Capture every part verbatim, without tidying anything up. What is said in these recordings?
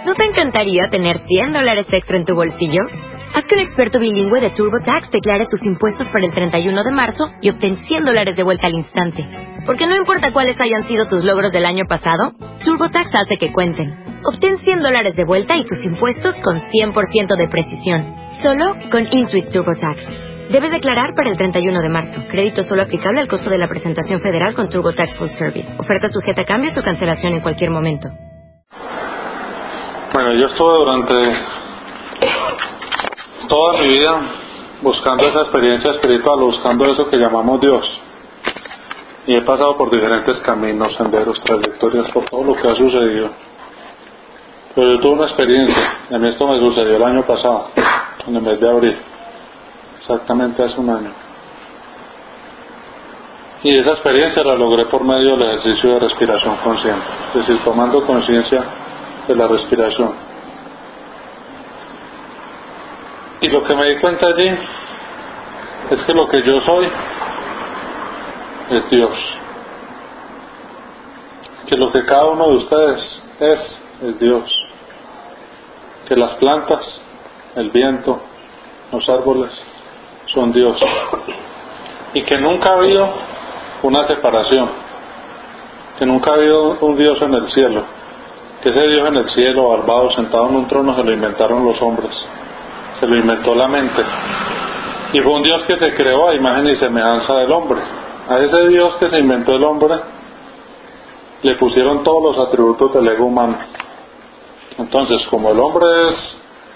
¿No te encantaría tener cien dólares extra en tu bolsillo? Haz que un experto bilingüe de TurboTax declare tus impuestos para el treinta y uno de marzo y obtén cien dólares de vuelta al instante. Porque no importa cuáles hayan sido tus logros del año pasado, TurboTax hace que cuenten. Obtén cien dólares de vuelta y tus impuestos con cien por ciento de precisión. Solo con Intuit TurboTax. Debes declarar para el treinta y uno de marzo. Crédito solo aplicable al costo de la presentación federal con TurboTax Full Service. Oferta sujeta a cambios o cancelación en cualquier momento. Bueno, yo estuve durante toda mi vida buscando esa experiencia espiritual, buscando eso que llamamos Dios. Y he pasado por diferentes caminos, senderos, trayectorias, por todo lo que ha sucedido. Pero yo tuve una experiencia, y a mí esto me sucedió el año pasado, en el mes de abril, exactamente hace un año. Y esa experiencia la logré por medio del ejercicio de respiración consciente, es decir, tomando conciencia de la respiración. Y lo que me di cuenta allí es que lo que yo soy es Dios, que lo que cada uno de ustedes es, es Dios, que las plantas, el viento, los árboles son Dios, y que nunca ha habido una separación, que nunca ha habido un Dios en el cielo, que ese Dios en el cielo, barbado, sentado en un trono, se lo inventaron los hombres, se lo inventó la mente, y fue un Dios que se creó a imagen y semejanza del hombre. A ese Dios que se inventó el hombre le pusieron todos los atributos del ego humano. Entonces, como el hombre es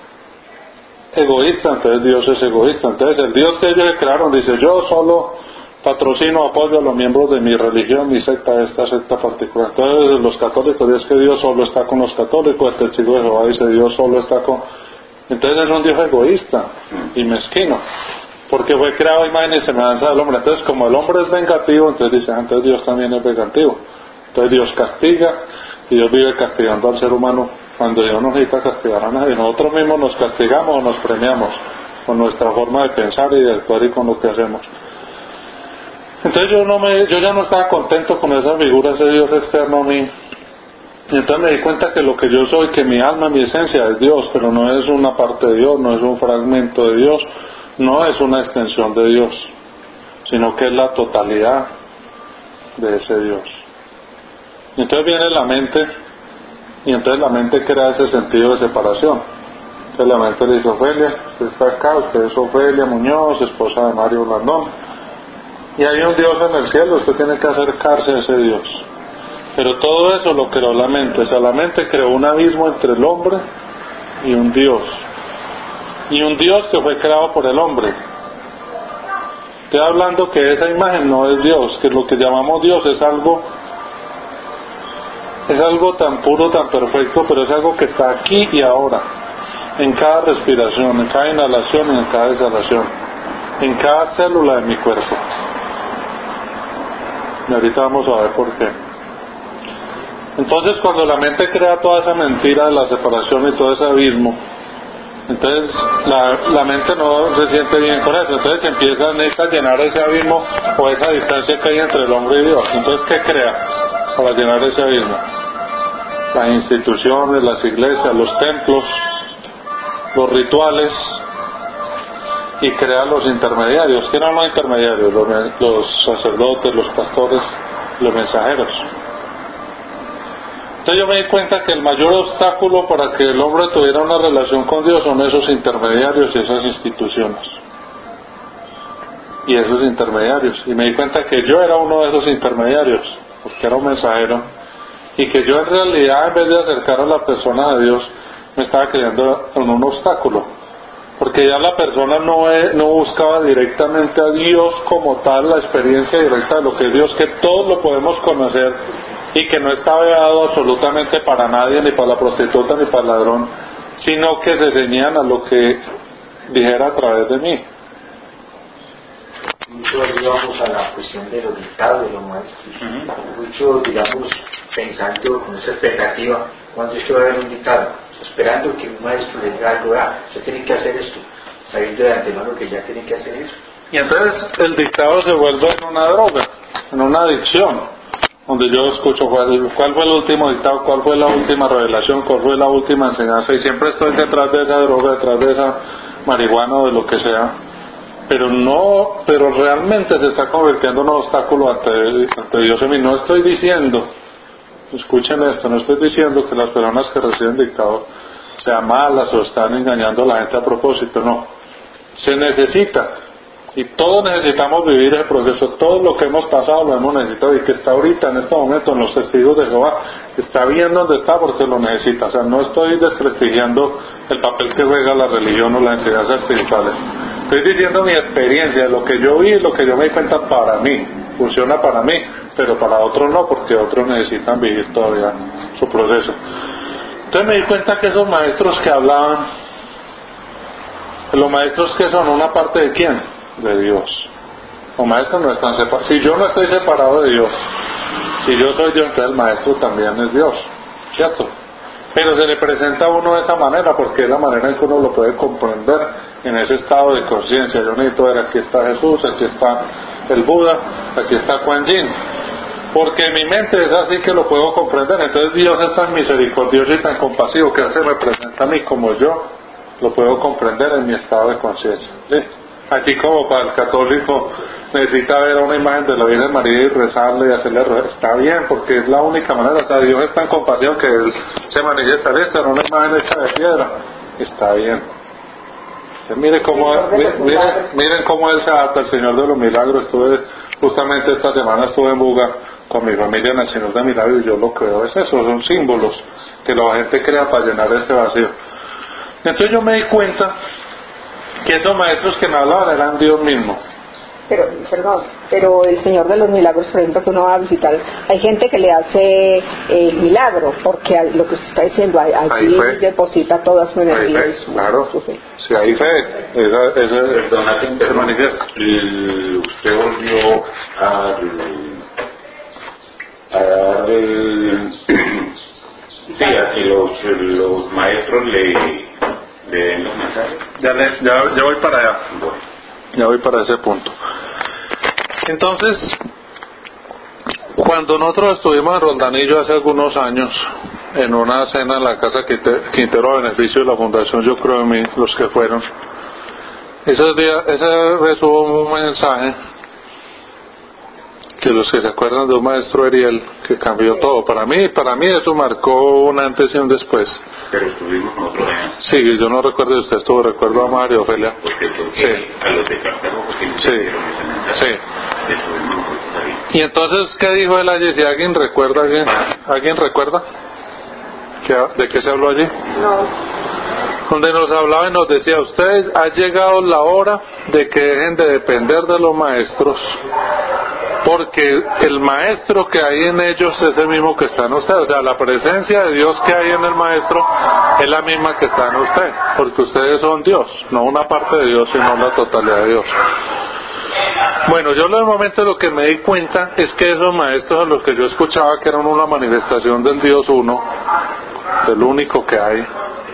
egoísta, entonces Dios es egoísta. Entonces el Dios que ellos crearon dice: yo solo patrocino, apoyo a los miembros de mi religión, mi secta, esta secta particular. Entonces los católicos dicen que Dios solo está con los católicos, el testigo de Jehová dice Dios solo está con... Entonces es un Dios egoísta y mezquino, porque fue creado a imagen y semejanza del hombre. Entonces, como el hombre es vengativo, entonces dice, entonces Dios también es vengativo. Entonces Dios castiga, y Dios vive castigando al ser humano cuando Dios no necesita castigar a nadie. Nosotros mismos nos castigamos o nos premiamos con nuestra forma de pensar y de actuar y con lo que hacemos. Entonces yo no me, yo ya no estaba contento con esa figura, ese Dios externo a mí. Y entonces me di cuenta que lo que yo soy, que mi alma, mi esencia es Dios, pero no es una parte de Dios, no es un fragmento de Dios, no es una extensión de Dios, sino que es la totalidad de ese Dios. Y entonces viene la mente, y entonces la mente crea ese sentido de separación. Entonces la mente le dice: Ofelia, usted está acá, usted es Ofelia Muñoz, esposa de Mario Blandón, y hay un Dios en el cielo, usted tiene que acercarse a ese Dios. Pero todo eso lo creó la mente, o sea, la mente creó un abismo entre el hombre y un Dios, y un Dios que fue creado por el hombre. Estoy hablando que esa imagen no es Dios, que lo que llamamos Dios es algo es algo tan puro, tan perfecto, pero es algo que está aquí y ahora, en cada respiración, en cada inhalación y en cada exhalación, en cada célula de mi cuerpo. Y ahorita vamos a ver por qué. Entonces, cuando la mente crea toda esa mentira de la separación y todo ese abismo, entonces la, la mente no se siente bien con eso. Entonces empieza a llenar ese abismo o esa distancia que hay entre el hombre y Dios. Entonces, ¿qué crea para llenar ese abismo? Las instituciones, las iglesias, los templos, los rituales, y crea los intermediarios. ¿Quién eran los intermediarios? Los, los sacerdotes, los pastores, los mensajeros. Entonces yo me di cuenta que el mayor obstáculo para que el hombre tuviera una relación con Dios son esos intermediarios y esas instituciones y esos intermediarios, y me di cuenta que yo era uno de esos intermediarios, porque era un mensajero, y que yo en realidad, en vez de acercar a la persona a Dios, me estaba creando en un obstáculo, porque ya la persona no, es, no buscaba directamente a Dios como tal, la experiencia directa de lo que es Dios, que todos lo podemos conocer, y que no está dado absolutamente para nadie, ni para la prostituta ni para el ladrón, sino que se ceñían a lo que dijera a través de mí. Muchos, digamos, a la cuestión de los dictados de los maestros, uh-huh. Muchos, digamos, pensando con esa expectativa, ¿cuándo es que va a haber un dictado? Esperando que un maestro le diga algo, ah, usted tiene que hacer esto, sabiendo de antemano que ya tiene que hacer eso. Y entonces el dictado se vuelve en una droga, en una adicción. donde yo escucho cuál, cuál fue el último dictado, cuál fue la última revelación, cuál fue la última enseñanza, y siempre estoy detrás de esa droga, detrás de esa marihuana o de lo que sea, pero no, pero realmente se está convirtiendo en un obstáculo ante, ante Dios en mí. No estoy diciendo, escuchen esto, no estoy diciendo que las personas que reciben dictado sean malas o están engañando a la gente a propósito, no. Se necesita, y todos necesitamos vivir ese proceso. Todo lo que hemos pasado lo hemos necesitado, y que está ahorita en este momento en los testigos de Jehová está bien donde está porque lo necesita. O sea, no estoy desprestigiando el papel que juega la religión o las enseñanzas espirituales. Estoy diciendo mi experiencia, lo que yo vi, lo que yo me di cuenta para mí, funciona para mí, pero para otros no, porque otros necesitan vivir todavía su proceso. Entonces me di cuenta que esos maestros que hablaban, los maestros que son una parte de quién, de Dios. Los maestros no están separados. Si yo no estoy separado de Dios, si yo soy Dios, entonces el maestro también es Dios, ¿cierto? Pero se le presenta a uno de esa manera porque es la manera en que uno lo puede comprender en ese estado de conciencia. Yo necesito ver, aquí está Jesús, aquí está el Buda, aquí está Kuan Yin, porque mi mente es así que lo puedo comprender. Entonces Dios es tan misericordioso y tan compasivo que se me presenta a mí como yo lo puedo comprender en mi estado de conciencia. ¿Listo? Aquí como para el católico necesita ver una imagen de la Virgen María y rezarle y hacerle rezar. Está bien, porque es la única manera. O sea, Dios es tan compasivo que Él se manifiesta en una imagen hecha de piedra. Está bien. Entonces, mire cómo, mire, mire, miren cómo Él se adapta al Señor de los Milagros. Estuve justamente esta semana estuve en Buga con mi familia en el Señor de Milagros, y yo lo creo es eso, son símbolos que la gente crea para llenar ese vacío. Entonces yo me di cuenta que esos maestros que me hablaban eran Dios mismo. Pero, perdón, pero el Señor de los Milagros, por ejemplo, que uno va a visitar, hay gente que le hace eh, milagro, porque lo que usted está diciendo, allí deposita toda su energía. Hay fe, y su, claro, su fe. Si hay fe, esa, esa, Perdona, se manifiesta. Usted volvió a, a dar el, sí, a que los, los maestros le, le den los mensajes. Ya, le, ya, ya voy para allá. Bueno. Ya voy para ese punto. Entonces, cuando nosotros estuvimos en Roldanillo hace algunos años, en una cena en la casa Quintero a beneficio de la Fundación Yo Creo en Mí, los que fueron, ese día, esa vez hubo un mensaje que los que se acuerdan de un maestro Ariel que cambió todo. Para mí, para mí eso marcó un antes y un después. Pero estuvimos nosotros allá. Sí, yo no recuerdo si usted estuvo, recuerdo a María Ofelia. Porque, porque sí. A los de Cartago, porque no sí. ese mensaje. Sí. Estuvimos nosotros ahí. Y entonces, ¿qué dijo él allí? Si alguien recuerda, ¿alguien, ¿alguien recuerda? ¿Qué, ¿De qué se habló allí? No. Donde nos hablaba y nos decía, ustedes, ha llegado la hora de que dejen de depender de los maestros, porque el maestro que hay en ellos es el mismo que está en usted. O sea, la presencia de Dios que hay en el maestro es la misma que está en usted, porque ustedes son Dios, no una parte de Dios, sino la totalidad de Dios. Bueno, yo en el momento lo que me di cuenta es que esos maestros a los que yo escuchaba, que eran una manifestación del Dios uno, del único que hay,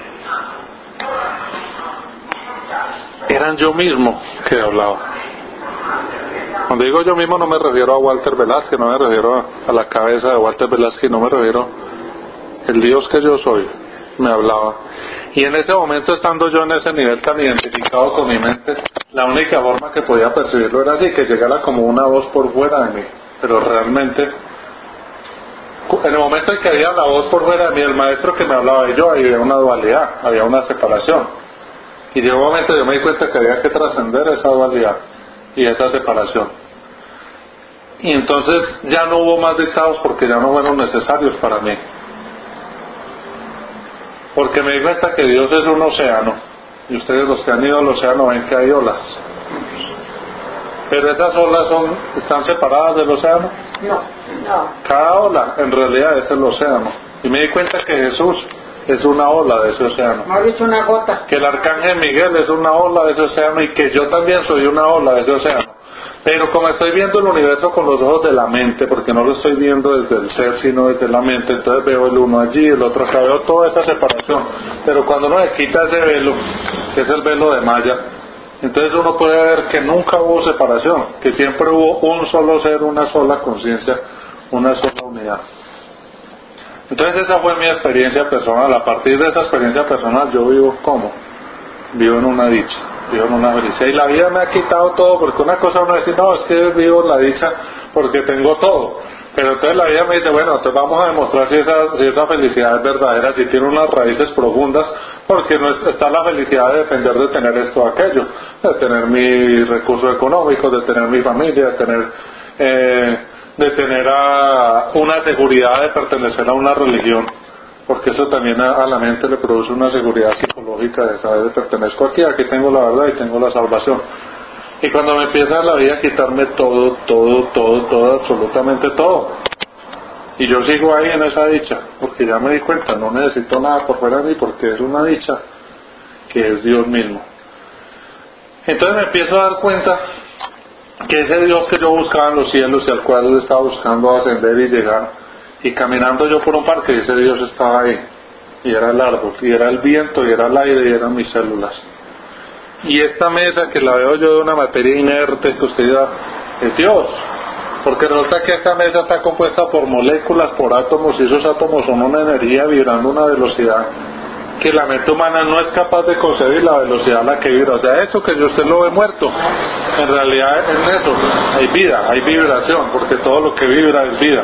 eran yo mismo que hablaba. Cuando digo yo mismo no me refiero a Walter Velázquez, no me refiero a, a la cabeza de Walter Velázquez, no me refiero el Dios que yo soy, me hablaba. Y en ese momento, estando yo en ese nivel tan identificado con mi mente, la única forma que podía percibirlo era así, que llegara como una voz por fuera de mí. Pero realmente, en el momento en que había la voz por fuera de mí, el maestro que me hablaba y yo, había una dualidad, había una separación. Y llegó un momento yo me di cuenta que había que trascender esa dualidad y esa separación. Y entonces ya no hubo más dictados porque ya no fueron necesarios para mí. Porque me di cuenta que Dios es un océano, y ustedes los que han ido al océano ven que hay olas. Pero esas olas son, ¿están separadas del océano? No, no. Cada ola en realidad es el océano. Y me di cuenta que Jesús es una ola de ese océano. Me ha dicho una gota. Que el arcángel Miguel es una ola de ese océano, y que yo también soy una ola de ese océano. Pero como estoy viendo el universo con los ojos de la mente, porque no lo estoy viendo desde el ser sino desde la mente, entonces veo el uno allí, el otro acá, veo toda esa separación. Pero cuando uno le quita ese velo, que es el velo de Maya, entonces uno puede ver que nunca hubo separación, que siempre hubo un solo ser, una sola conciencia, una sola unidad. Entonces esa fue mi experiencia personal. A partir de esa experiencia personal yo vivo como vivo en una dicha, vivo en una felicidad, y la vida me ha quitado todo, porque una cosa uno dice, no, es que vivo la dicha porque tengo todo, pero entonces la vida me dice, bueno, entonces vamos a demostrar si esa, si esa felicidad es verdadera, si tiene unas raíces profundas, porque no es, está la felicidad de depender de tener esto o aquello, de tener mis recursos económicos, de tener mi familia, de tener eh, de tener a una seguridad de pertenecer a una religión, porque eso también a, a la mente le produce una seguridad psicológica de saber que pertenezco aquí, aquí tengo la verdad y tengo la salvación. Y cuando me empieza la vida a quitarme todo, todo, todo, todo, absolutamente todo, y yo sigo ahí en esa dicha, porque ya me di cuenta, no necesito nada por fuera de mí, porque es una dicha que es Dios mismo. Entonces me empiezo a dar cuenta que ese Dios que yo buscaba en los cielos y al cual estaba buscando ascender y llegar, y caminando yo por un parque, ese Dios estaba ahí, y era el árbol, y era el viento, y era el aire, y eran mis células. Y esta mesa que la veo yo de una materia inerte que usted dirá, es Dios, porque resulta que esta mesa está compuesta por moléculas, por átomos, y esos átomos son una energía vibrando a una velocidad que la mente humana no es capaz de concebir, la velocidad a la que vibra. O sea, esto que usted lo ve muerto, en realidad en eso hay vida, hay vibración, porque todo lo que vibra es vida.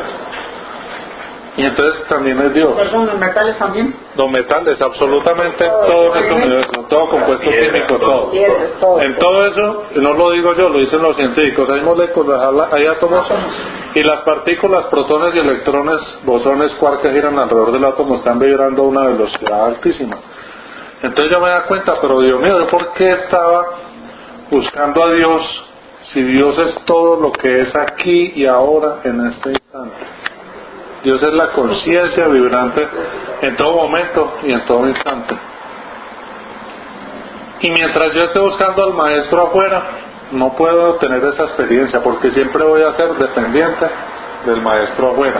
Y entonces también es Dios. ¿Son los metales también? Los metales, absolutamente todo en este universo, todo compuesto químico, todo. En todo eso, no lo digo yo, lo dicen los científicos, hay moléculas, hay átomos, y las partículas, protones y electrones, bosones, quarks que giran alrededor del átomo están vibrando a una velocidad altísima. Entonces yo me da cuenta, pero Dios mío, ¿yo por qué estaba buscando a Dios si Dios es todo lo que es aquí y ahora en este instante? Dios es la conciencia vibrante en todo momento y en todo instante. Y mientras yo esté buscando al maestro afuera, no puedo tener esa experiencia, porque siempre voy a ser dependiente del maestro afuera.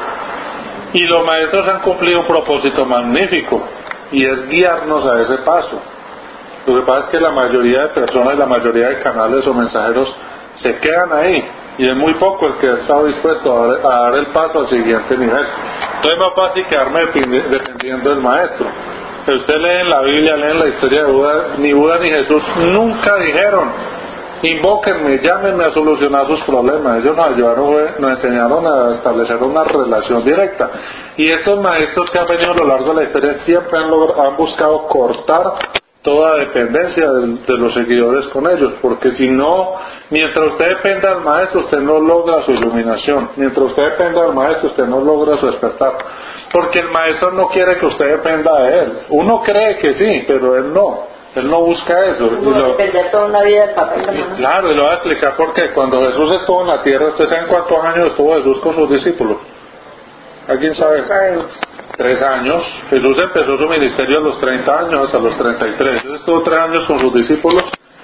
Y los maestros han cumplido un propósito magnífico, y es guiarnos a ese paso. Lo que pasa es que la mayoría de personas y la mayoría de canales o mensajeros se quedan ahí, y es muy poco el que ha estado dispuesto a dar, a dar el paso al siguiente nivel. Entonces es más fácil quedarme dependiendo del maestro. Pero usted lee en la Biblia, lee en la historia de Buda, ni Buda ni Jesús nunca dijeron, invóquenme, llámenme a solucionar sus problemas. Ellos nos ayudaron, nos enseñaron a establecer una relación directa. Y estos maestros que han venido a lo largo de la historia siempre han, logrado, han buscado cortar toda dependencia de, de los seguidores con ellos, porque si no, mientras usted dependa del maestro, usted no logra su iluminación. Mientras usted dependa del maestro, usted no logra su despertar, porque el maestro no quiere que usted dependa de él. Uno cree que sí, pero él no, él no busca eso. Uno y lo, depende toda una vida del papá y la mamá. Claro, y lo voy a explicar porque cuando Jesús estuvo en la tierra, ¿usted sabe cuántos años estuvo Jesús con sus discípulos? ¿Alguien sabe? Tres años. Jesús empezó su ministerio a los treinta años hasta los treinta y tres. Jesús estuvo tres años con sus discípulos,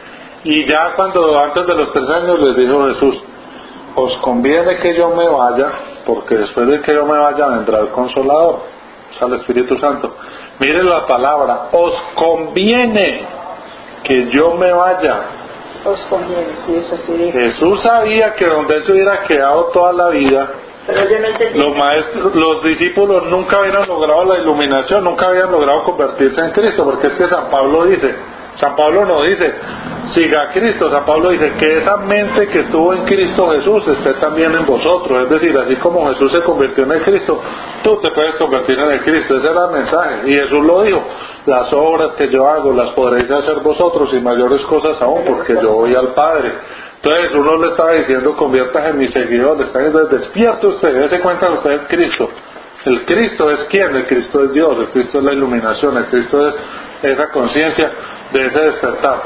y ya cuando antes de los tres años les dijo Jesús, os conviene que yo me vaya, porque después de que yo me vaya vendrá el Consolador, o sea el Espíritu Santo. Miren la palabra, os conviene que yo me vaya. Os conviene, sí, eso sí dijo. Jesús sabía que donde él se hubiera quedado toda la vida, pero yo no entendí. Los maestros, los discípulos nunca habían logrado la iluminación, nunca habían logrado convertirse en Cristo, porque es que San Pablo dice, San Pablo no dice, siga a Cristo, San Pablo dice que esa mente que estuvo en Cristo Jesús esté también en vosotros, es decir, así como Jesús se convirtió en el Cristo, tú te puedes convertir en el Cristo. Ese era el mensaje, y Jesús lo dijo, las obras que yo hago las podréis hacer vosotros y mayores cosas aún, porque yo voy al Padre. Entonces uno le estaba diciendo, conviertas en mi seguidor, le está diciendo, despierte usted, dése cuenta que usted es Cristo. El Cristo es quién, el Cristo es Dios, el Cristo es la iluminación, el Cristo es esa conciencia de ese despertar.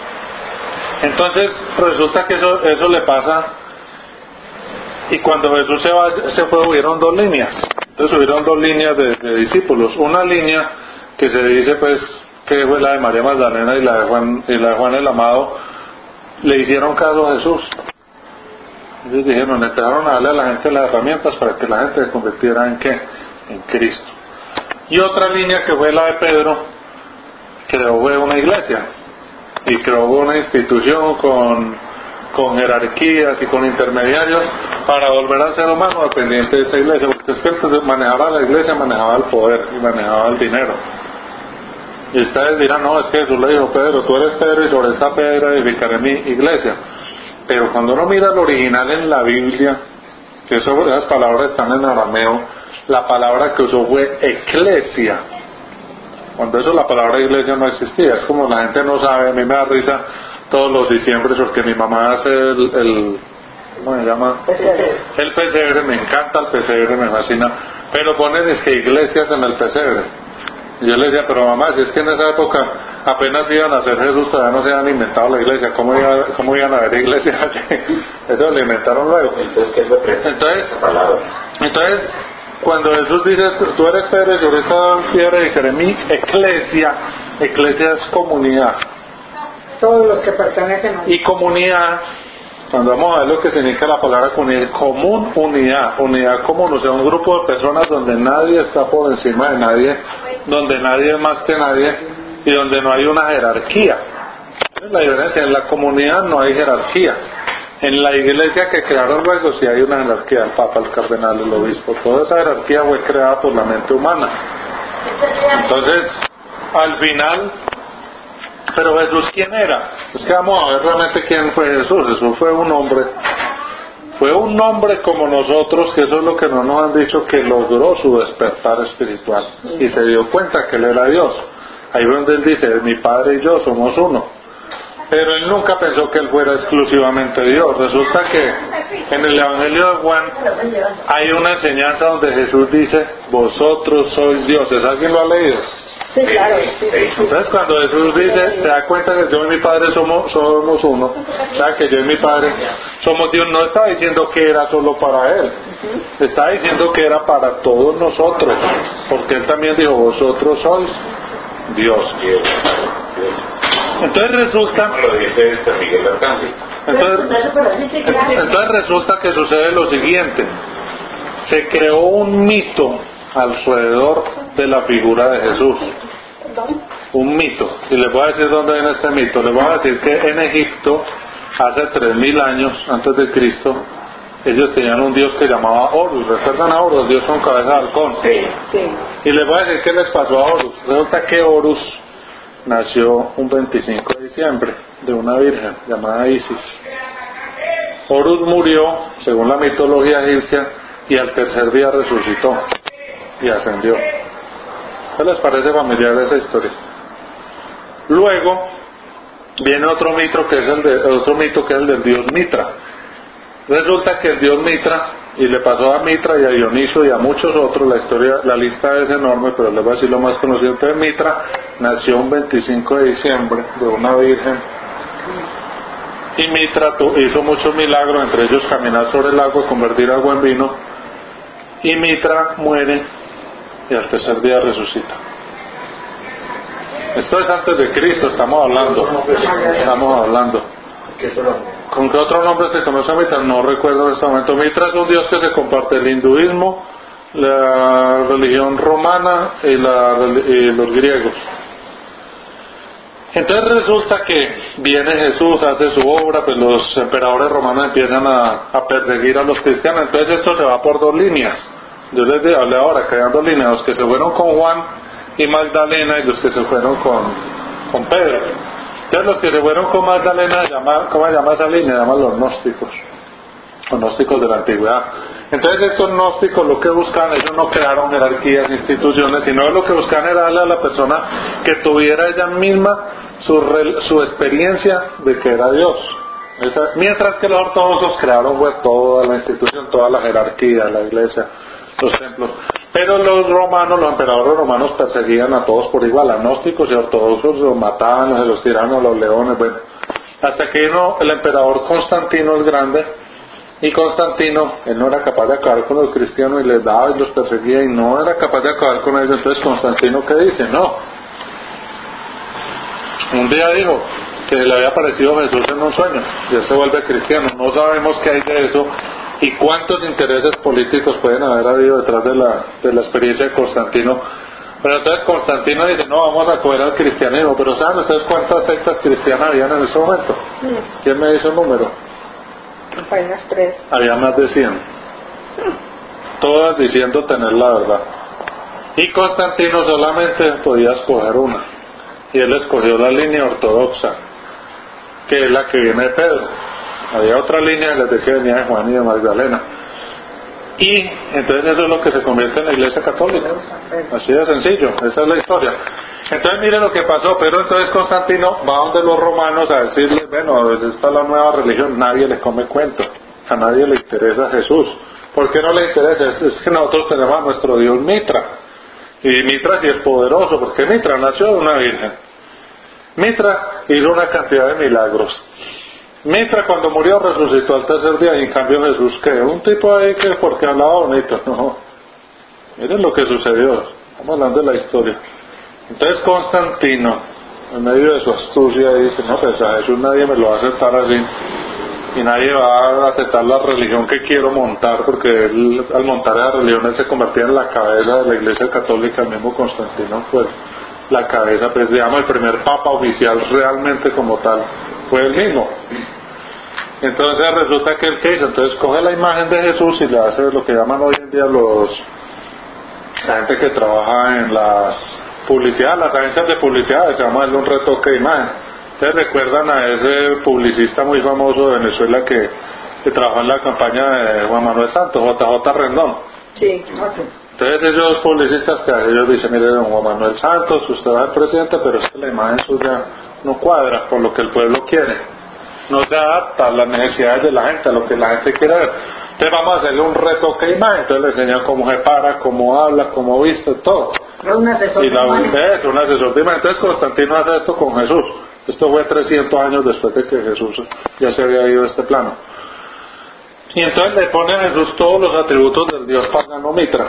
Entonces resulta que eso, eso le pasa, y cuando Jesús se, va, se fue hubieron dos líneas. Entonces hubieron dos líneas de, de discípulos. Una línea que se dice pues que fue la de María Magdalena y la de Juan, y la de Juan el Amado, le hicieron caso a Jesús. Ellos dijeron, empezaron a darle a la gente las herramientas para que la gente se convirtiera en ¿qué? En Cristo. Y otra línea que fue la de Pedro, creó fue una iglesia, y creó una institución con con jerarquías y con intermediarios para volver al ser humano dependiente de esa iglesia, porque es que el que manejaba la iglesia manejaba el poder y manejaba el dinero. Y ustedes dirán, no, es que Jesús le dijo, Pedro, tú eres Pedro y sobre esta piedra edificaré mi iglesia. Pero cuando uno mira el original en la Biblia, que eso, esas palabras están en arameo, la palabra que usó fue eclesia. Cuando eso la palabra iglesia no existía. Es como la gente no sabe, a mí me da risa todos los diciembres porque mi mamá hace el, el ¿cómo se llama? El pesebre, me encanta el pesebre, me fascina, pero ponen es que iglesias en el pesebre. Y yo le decía, pero mamá, si es que en esa época apenas iban a hacer Jesús, todavía no se habían inventado la iglesia, ¿cómo, iba, cómo iban a haber iglesias? Eso lo inventaron luego. Entonces, ¿qué representa entonces, esa palabra? Entonces, cuando Jesús dice, tú eres Pedro y sobre esta piedra edificaré mi eclesia, eclesia es comunidad. Todos los que pertenecen a... Y comunidad, cuando vamos a ver lo que significa la palabra comunidad, común, unidad, unidad común, o sea, un grupo de personas donde nadie está por encima de nadie, donde nadie es más que nadie y donde no hay una jerarquía. La diferencia, en la comunidad no hay jerarquía. En la iglesia que crearon luego sí hay una jerarquía, el papa, el cardenal, el obispo, toda esa jerarquía fue creada por la mente humana. Entonces, al final, pero Jesús, ¿quién era? Es que vamos a ver realmente quién fue Jesús. Jesús fue un hombre, fue un hombre como nosotros, que eso es lo que no nos han dicho, que logró su despertar espiritual y se dio cuenta que él era Dios. Ahí es donde él dice, mi padre y yo somos uno. Pero él nunca pensó que él fuera exclusivamente Dios. Resulta que en el Evangelio de Juan hay una enseñanza donde Jesús dice, vosotros sois dioses. ¿Alguien lo ha leído? Sí, claro. Entonces cuando Jesús dice, se da cuenta que yo y mi Padre somos, somos uno, o sea que yo y mi Padre somos Dios, no está diciendo que era solo para él, está diciendo que era para todos nosotros, porque él también dijo, vosotros sois Dios. Entonces resulta, lo dice San Miguel Arcángel. Entonces, entonces resulta que sucede lo siguiente: se creó un mito alrededor de la figura de Jesús, un mito, y les voy a decir dónde viene este mito. Les voy a decir que en Egipto hace tres mil años antes de Cristo ellos tenían un dios que llamaba Horus. ¿Recuerdan a Horus? Dios con cabeza de halcón. Sí, sí. Y les voy a decir qué les pasó a Horus. Resulta que Horus nació un veinticinco de diciembre de una virgen llamada Isis. Horus murió, según la mitología egipcia, y al tercer día resucitó y ascendió. ¿Qué les parece familiar esa historia? Luego viene otro mito que es el de, otro mito que es el del dios Mitra. Resulta que el dios Mitra, y le pasó a Mitra y a Dioniso y a muchos otros, la historia, la lista es enorme, pero les voy a decir lo más conocido. Entonces Mitra nació un veinticinco de diciembre de una virgen, y Mitra hizo muchos milagros, entre ellos caminar sobre el agua, convertir agua en vino, y Mitra muere y al tercer día resucita. Esto es antes de Cristo, estamos hablando, estamos hablando. ¿Con qué otro nombre se conoce a Mitra? No recuerdo en este momento. Mitra es un dios que se comparte el hinduismo, la religión romana y, la, y los griegos. Entonces resulta que viene Jesús, hace su obra, pues los emperadores romanos empiezan a, a perseguir a los cristianos. Entonces esto se va por dos líneas. Yo les hablé ahora que habían dos líneas: los que se fueron con Juan y Magdalena y los que se fueron con, con Pedro. Entonces los que se fueron con Magdalena, llama, ¿cómo se llama esa línea? Llaman los gnósticos, los gnósticos de la antigüedad. Entonces estos gnósticos lo que buscan, ellos no crearon jerarquías, instituciones, sino lo que buscan era darle a la persona que tuviera ella misma su, su experiencia de que era Dios. Esa, mientras que los ortodoxos crearon fue toda la institución, toda la jerarquía, la iglesia, los templos. Pero los romanos, los emperadores romanos perseguían a todos por igual, agnósticos y ortodoxos, los mataban, se los tiraban a los leones, bueno, hasta que vino el emperador Constantino el Grande, y Constantino, él no era capaz de acabar con los cristianos y les daba y los perseguía y no era capaz de acabar con ellos. Entonces Constantino, ¿qué dice? No, un día dijo que le había aparecido Jesús en un sueño y él se vuelve cristiano. No sabemos qué hay de eso y cuántos intereses políticos pueden haber habido detrás de la, de la experiencia de Constantino. Pero entonces Constantino dice, no, vamos a coger al cristianismo. Pero ¿saben ustedes cuántas sectas cristianas habían en ese momento? ¿Quién me dice un número? Hay unas tres. Había más de cien. Todas diciendo tener la verdad. Y Constantino solamente podía escoger una. Y él escogió la línea ortodoxa, que es la que viene de Pedro. Había otra línea que les decía venía de Juan y de Magdalena. Y entonces eso es lo que se convierte en la Iglesia Católica. Así de sencillo, esa es la historia. Entonces mire lo que pasó. Pero entonces Constantino va donde los romanos a decirles, bueno, esta es la nueva religión, nadie le come cuento, a nadie le interesa Jesús. ¿Por qué no le interesa? Es, es que nosotros tenemos a nuestro Dios Mitra, y Mitra sí es poderoso, porque Mitra nació de una virgen. Mitra hizo una cantidad de milagros. Mitra cuando murió resucitó al tercer día, y en cambio Jesús, ¿qué? Un tipo ahí que porque hablaba bonito. No, miren lo que sucedió. Estamos hablando de la historia. Entonces Constantino, en medio de su astucia, dice, no, pues a Jesús nadie me lo va a aceptar así, y nadie va a aceptar la religión que quiero montar, porque él, al montar esa religión, él se convertía en la cabeza de la Iglesia Católica. El mismo Constantino fue la cabeza, pues digamos, el primer papa oficial realmente como tal fue él mismo. Entonces resulta que él que hizo, entonces coge la imagen de Jesús y le hace lo que llaman hoy en día los la gente que trabaja en las publicidad, las agencias de publicidad, se llama un retoque de imagen. Ustedes recuerdan a ese publicista muy famoso de Venezuela que, que trabajó en la campaña de Juan Manuel Santos, J J Rendón. Sí, así. Entonces ellos publicistas que ellos dicen, mire, don Juan Manuel Santos, usted va a ser presidente, pero es que la imagen suya no cuadra con lo que el pueblo quiere, no se adapta a las necesidades de la gente, a lo que la gente quiere ver. Entonces vamos a hacerle un retoque de imagen. Entonces le enseñan cómo se para, cómo habla, cómo viste, todo. Pero un asesor y la de imagen. es un asesor de imagen. Entonces Constantino hace esto con Jesús. Esto fue trescientos años después de que Jesús ya se había ido de este plano. Y entonces le pone a Jesús todos los atributos del dios pagano Mitra.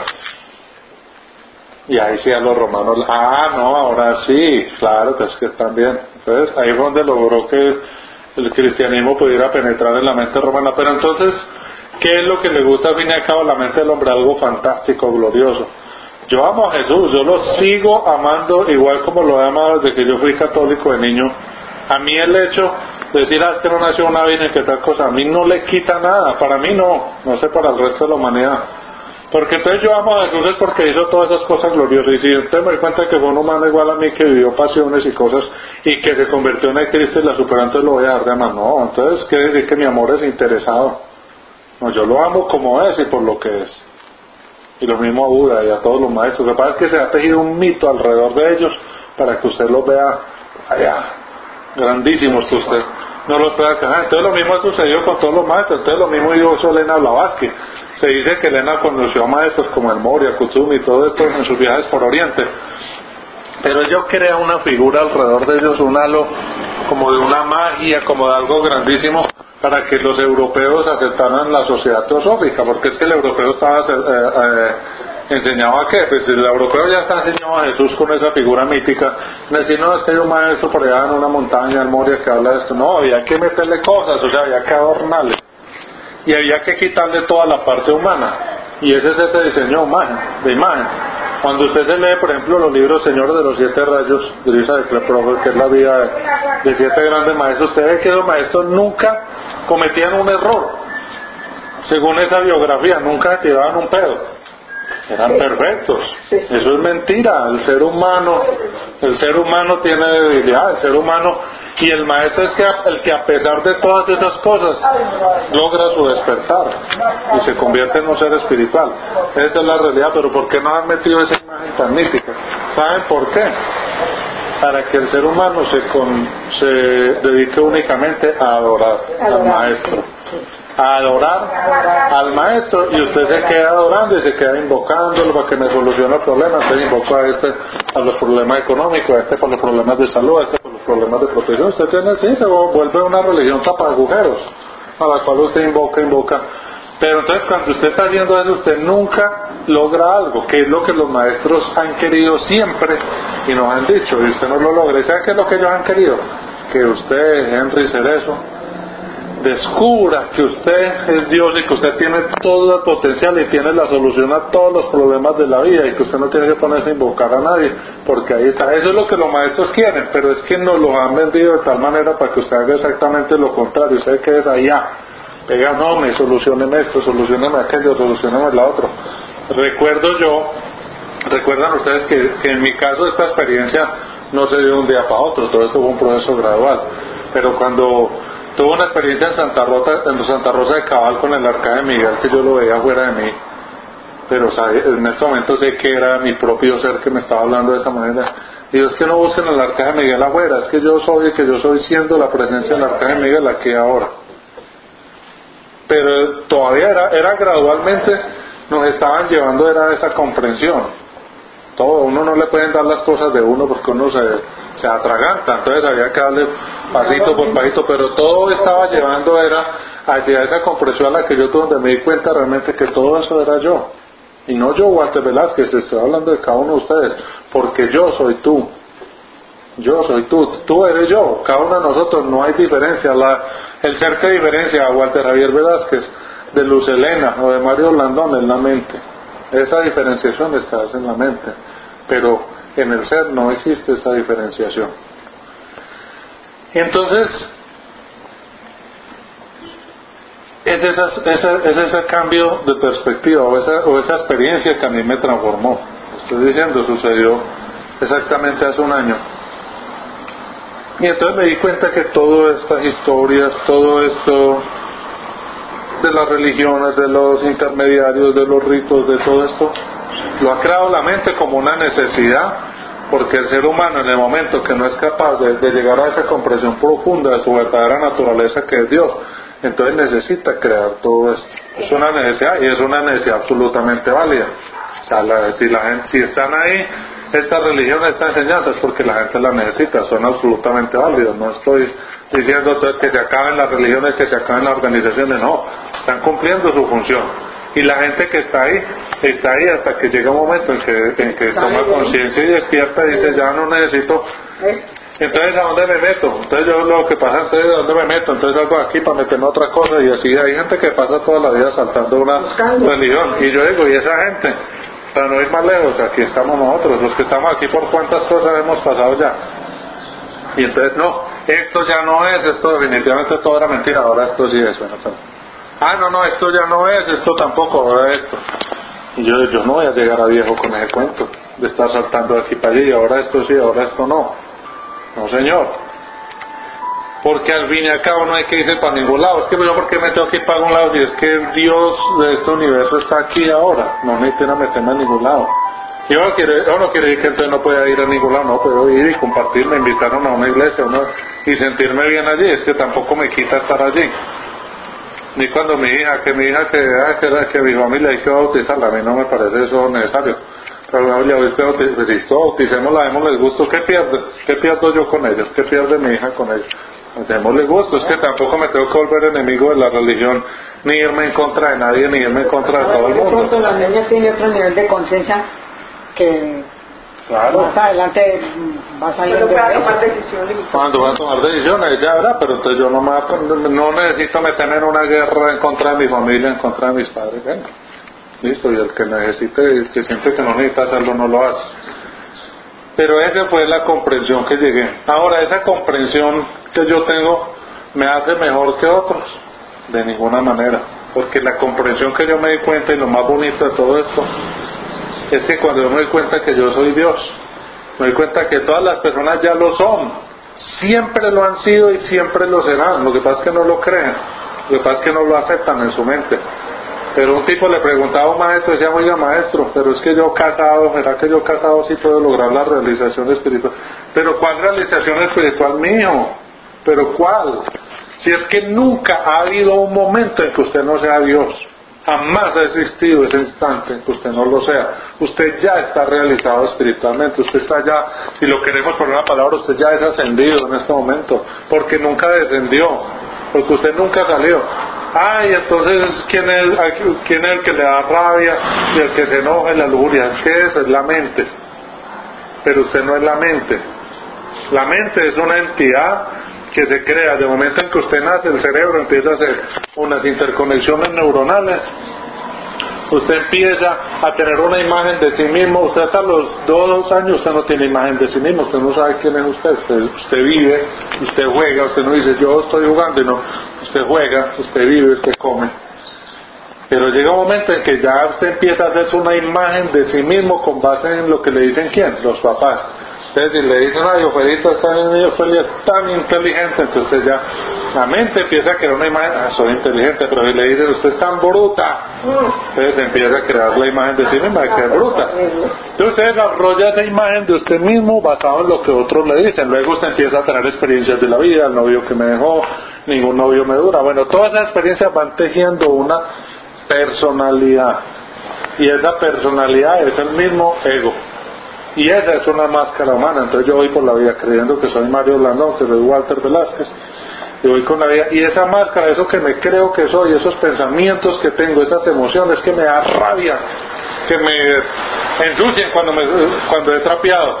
Y ahí sí a los romanos, ah, no, ahora sí, claro, pues que están bien. Entonces ahí fue donde logró que el cristianismo pudiera penetrar en la mente romana. Pero entonces, ¿qué es lo que le gusta al fin y al cabo a la mente del hombre? Algo fantástico, glorioso. Yo amo a Jesús, yo lo sigo amando igual como lo he amado desde que yo fui católico de niño. A mí el hecho de decir, ah, es que no nació una virgen, que tal cosa, a mí no le quita nada, para mí no, no sé para el resto de la humanidad. Porque entonces yo amo a Jesús es porque hizo todas esas cosas gloriosas. Y si entonces me doy cuenta que fue un humano igual a mí, que vivió pasiones y cosas, y que se convirtió en el Cristo y la superó, entonces lo voy a dejar de amar. No, entonces quiere decir que mi amor es interesado. No, yo lo amo como es y por lo que es. Y lo mismo a Buda y a todos los maestros. Lo que pasa es que se ha tejido un mito alrededor de ellos para que usted los vea allá, grandísimos, que usted no los pueda cajar. Entonces lo mismo ha sucedido con todos los maestros. Entonces lo mismo dijo Elena Blavatsky. Se dice que Elena conoció a maestros como el Moria, Kutsumi y todo esto en sus viajes por Oriente. Pero ellos crean una figura alrededor de ellos, un halo como de una magia, como de algo grandísimo, para que los europeos aceptaran la sociedad teosófica, porque es que el europeo estaba eh, eh, enseñado a qué, pues el europeo ya está enseñado a Jesús con esa figura mítica, decir, no, es que hay un maestro por allá en una montaña, el Moria, que habla de esto. No, había que meterle cosas, o sea, había que adornarle, y había que quitarle toda la parte humana, y ese es ese diseño de imagen. Cuando usted se lee, por ejemplo, los libros Señor de los Siete Rayos, de Luisa de Klepper, que es la vida de, de siete grandes maestros, usted ve que los maestros nunca cometían un error. Según esa biografía, nunca tiraban un pedo. Eran perfectos. Eso es mentira. El ser humano, el ser humano tiene debilidad, el ser humano, y el maestro es que el que a pesar de todas esas cosas logra su despertar y se convierte en un ser espiritual. Esa es la realidad. Pero ¿por qué no han metido esa imagen tan mística? ¿Saben por qué? Para que el ser humano se, con, se dedique únicamente a adorar al maestro, a adorar al maestro, y usted se queda adorando y se queda invocándolo para que me solucione el problema. Entonces invoco a este a los problemas económicos, a este por los problemas de salud, a este por los problemas de protección. Usted tiene así, se vuelve una religión tapa agujeros, a la cual usted invoca, invoca. Pero entonces cuando usted está haciendo eso, usted nunca logra algo, que es lo que los maestros han querido siempre y nos han dicho, y usted no lo logra. ¿Y sabe qué es lo que ellos han querido? Que usted, Henry Cerezo, descubra que usted es Dios y que usted tiene todo el potencial y tiene la solución a todos los problemas de la vida, y que usted no tiene que ponerse a invocar a nadie, porque ahí está. Eso es lo que los maestros quieren, pero es que nos lo han vendido de tal manera para que usted haga exactamente lo contrario. Usted quede allá pega, no, me solucioneme esto, solucioneme aquello, solucioneme la otro. Recuerdo yo, recuerdan ustedes que, que en mi caso esta experiencia no se dio de un día para otro, todo esto fue un proceso gradual, pero cuando tuve una experiencia en Santa Rosa, en Santa Rosa de Cabal con el Arcángel Miguel, que yo lo veía fuera de mí, pero ¿sabe? En este momento sé que era mi propio ser que me estaba hablando de esa manera. Y es que no busquen al Arcángel Miguel afuera, es que yo soy, que yo soy siendo la presencia del Arcángel Miguel aquí y ahora. Pero todavía era, era gradualmente, nos estaban llevando era esa comprensión. Todo, uno no le pueden dar las cosas de uno porque uno se, se atraganta, entonces había que darle pasito por pasito, pero todo estaba llevando era hacia esa comprensión a la que yo tuve, donde me di cuenta realmente que todo eso era yo, y no yo, Walter Velázquez, estoy hablando de cada uno de ustedes, porque yo soy tú, yo soy tú, tú eres yo, cada uno de nosotros, no hay diferencia. La, el ser que diferencia a Walter Javier Velázquez de Luz Helena o de Mario Blandón es la mente. Esa diferenciación está en la mente, pero en el ser no existe esa diferenciación. Entonces, es, esa, esa, es ese cambio de perspectiva o esa, o esa experiencia que a mí me transformó. Estoy diciendo, sucedió exactamente hace un año. Y entonces me di cuenta que todas estas historias, todo esto de las religiones, de los intermediarios, de los ritos, de todo esto, lo ha creado la mente como una necesidad, porque el ser humano en el momento que no es capaz de, de llegar a esa comprensión profunda de su verdadera naturaleza que es Dios, entonces necesita crear todo esto. Es una necesidad y es una necesidad absolutamente válida. O sea, la, si, la gente, si están ahí estas religiones, estas enseñanzas, porque la gente las necesita, son absolutamente válidas. No estoy diciendo entonces que se acaben las religiones, que se acaben las organizaciones, no, están cumpliendo su función. Y la gente que está ahí, está ahí hasta que llega un momento en que, en que toma conciencia y despierta y dice, ya no necesito. Entonces, ¿a dónde me meto? Entonces yo lo que pasa, entonces, ¿a dónde me meto? Entonces algo aquí para meterme otra cosa, y así hay gente que pasa toda la vida saltando una religión. Y yo digo, ¿y esa gente? Para no ir más lejos, aquí estamos nosotros, los que estamos aquí, por cuántas cosas hemos pasado ya. Y entonces, no, esto ya no es, esto definitivamente todo era mentira, ahora esto sí es. Bueno, pero, ah, no, no, esto ya no es, esto tampoco, ahora esto. Y yo, yo no voy a llegar a viejo con ese cuento de estar saltando de aquí para allí, ahora esto sí, ahora esto no. No, señor. Porque al fin y al cabo no hay que irse para ningún lado. Es que yo, ¿por qué me tengo que ir para algún lado si es que el Dios de este universo está aquí ahora? No necesito meterme a ningún lado. Yo no quiere, yo no quiere decir que entonces no pueda ir a ningún lado, no puedo ir y compartir, me invitaron a una iglesia una, y sentirme bien allí. Es que tampoco me quita estar allí. Ni cuando mi hija, que mi hija que, ah, que, que mi familia hay que bautizarla, a mí no me parece eso necesario. Pero mi familia hoy que bautizó, bauticémosla, démosles gusto. ¿Qué pierdo? ¿Qué pierdo yo con ellos? ¿Qué pierde mi hija con ellos? Pues démosle gusto. Es que tampoco me tengo que volver enemigo de la religión, ni irme en contra de nadie, ni irme en contra de todo el mundo. De pronto la niña tiene otro nivel de conciencia que claro, más adelante va a salir de tomar decisiones. Cuando va a tomar decisiones, ya verá, pero entonces yo no, me, no necesito meterme en una guerra en contra de mi familia, en contra de mis padres. Bueno, listo, y el que necesite, el que siente que no necesita hacerlo, no lo hace. Pero esa fue la comprensión que llegué. Ahora, esa comprensión que yo tengo me hace mejor que otros, de ninguna manera, porque la comprensión que yo me di cuenta, y lo más bonito de todo esto, es que cuando yo me doy cuenta que yo soy Dios, me doy cuenta que todas las personas ya lo son, siempre lo han sido y siempre lo serán. Lo que pasa es que no lo creen, lo que pasa es que no lo aceptan en su mente. Pero un tipo le preguntaba a un maestro, decía, oiga maestro, pero es que yo casado, ¿verdad que yo casado sí puedo lograr la realización espiritual? Pero ¿cuál realización espiritual, mío? ¿Pero cuál? Si es que nunca ha habido un momento en que usted no sea Dios, jamás ha existido ese instante en que usted no lo sea. Usted ya está realizado espiritualmente, usted está ya, si lo queremos por una palabra, usted ya es ascendido en este momento, porque nunca descendió, porque usted nunca salió. Ay, entonces, ¿quién es, ¿quién es el que le da rabia y el que se enoja en la lujuria? Es que esa es la mente, pero usted no es la mente. La mente es una entidad que se crea de momento en que usted nace, el cerebro empieza a hacer unas interconexiones neuronales, usted empieza a tener una imagen de sí mismo. Usted hasta los dos años usted no tiene imagen de sí mismo, usted no sabe quién es usted. Usted, usted vive, usted juega, usted no dice yo estoy jugando, y no, usted juega, usted vive, usted come. Pero llega un momento en que ya usted empieza a hacerse una imagen de sí mismo con base en lo que le dicen quién, los papás. Entonces si le dicen, ay, Ofelito es tan, Ofelia es tan inteligente, entonces usted ya, la mente empieza a crear una imagen, ah, soy inteligente, pero si le dicen, usted es tan bruta, entonces empieza a crear la imagen de sí misma de que es bruta. Entonces usted desarrolla esa imagen de usted mismo basado en lo que otros le dicen. Luego usted empieza a tener experiencias de la vida, el novio que me dejó, ningún novio me dura. Bueno, todas esas experiencias van tejiendo una personalidad, y esa personalidad es el mismo ego, y esa es una máscara humana. Entonces yo voy por la vida creyendo que soy Mario Blandón, que soy Walter Velázquez, y voy con la vida, y esa máscara, eso que me creo que soy, esos pensamientos que tengo, esas emociones que me da rabia, que me ensucian cuando, me, cuando he trapeado,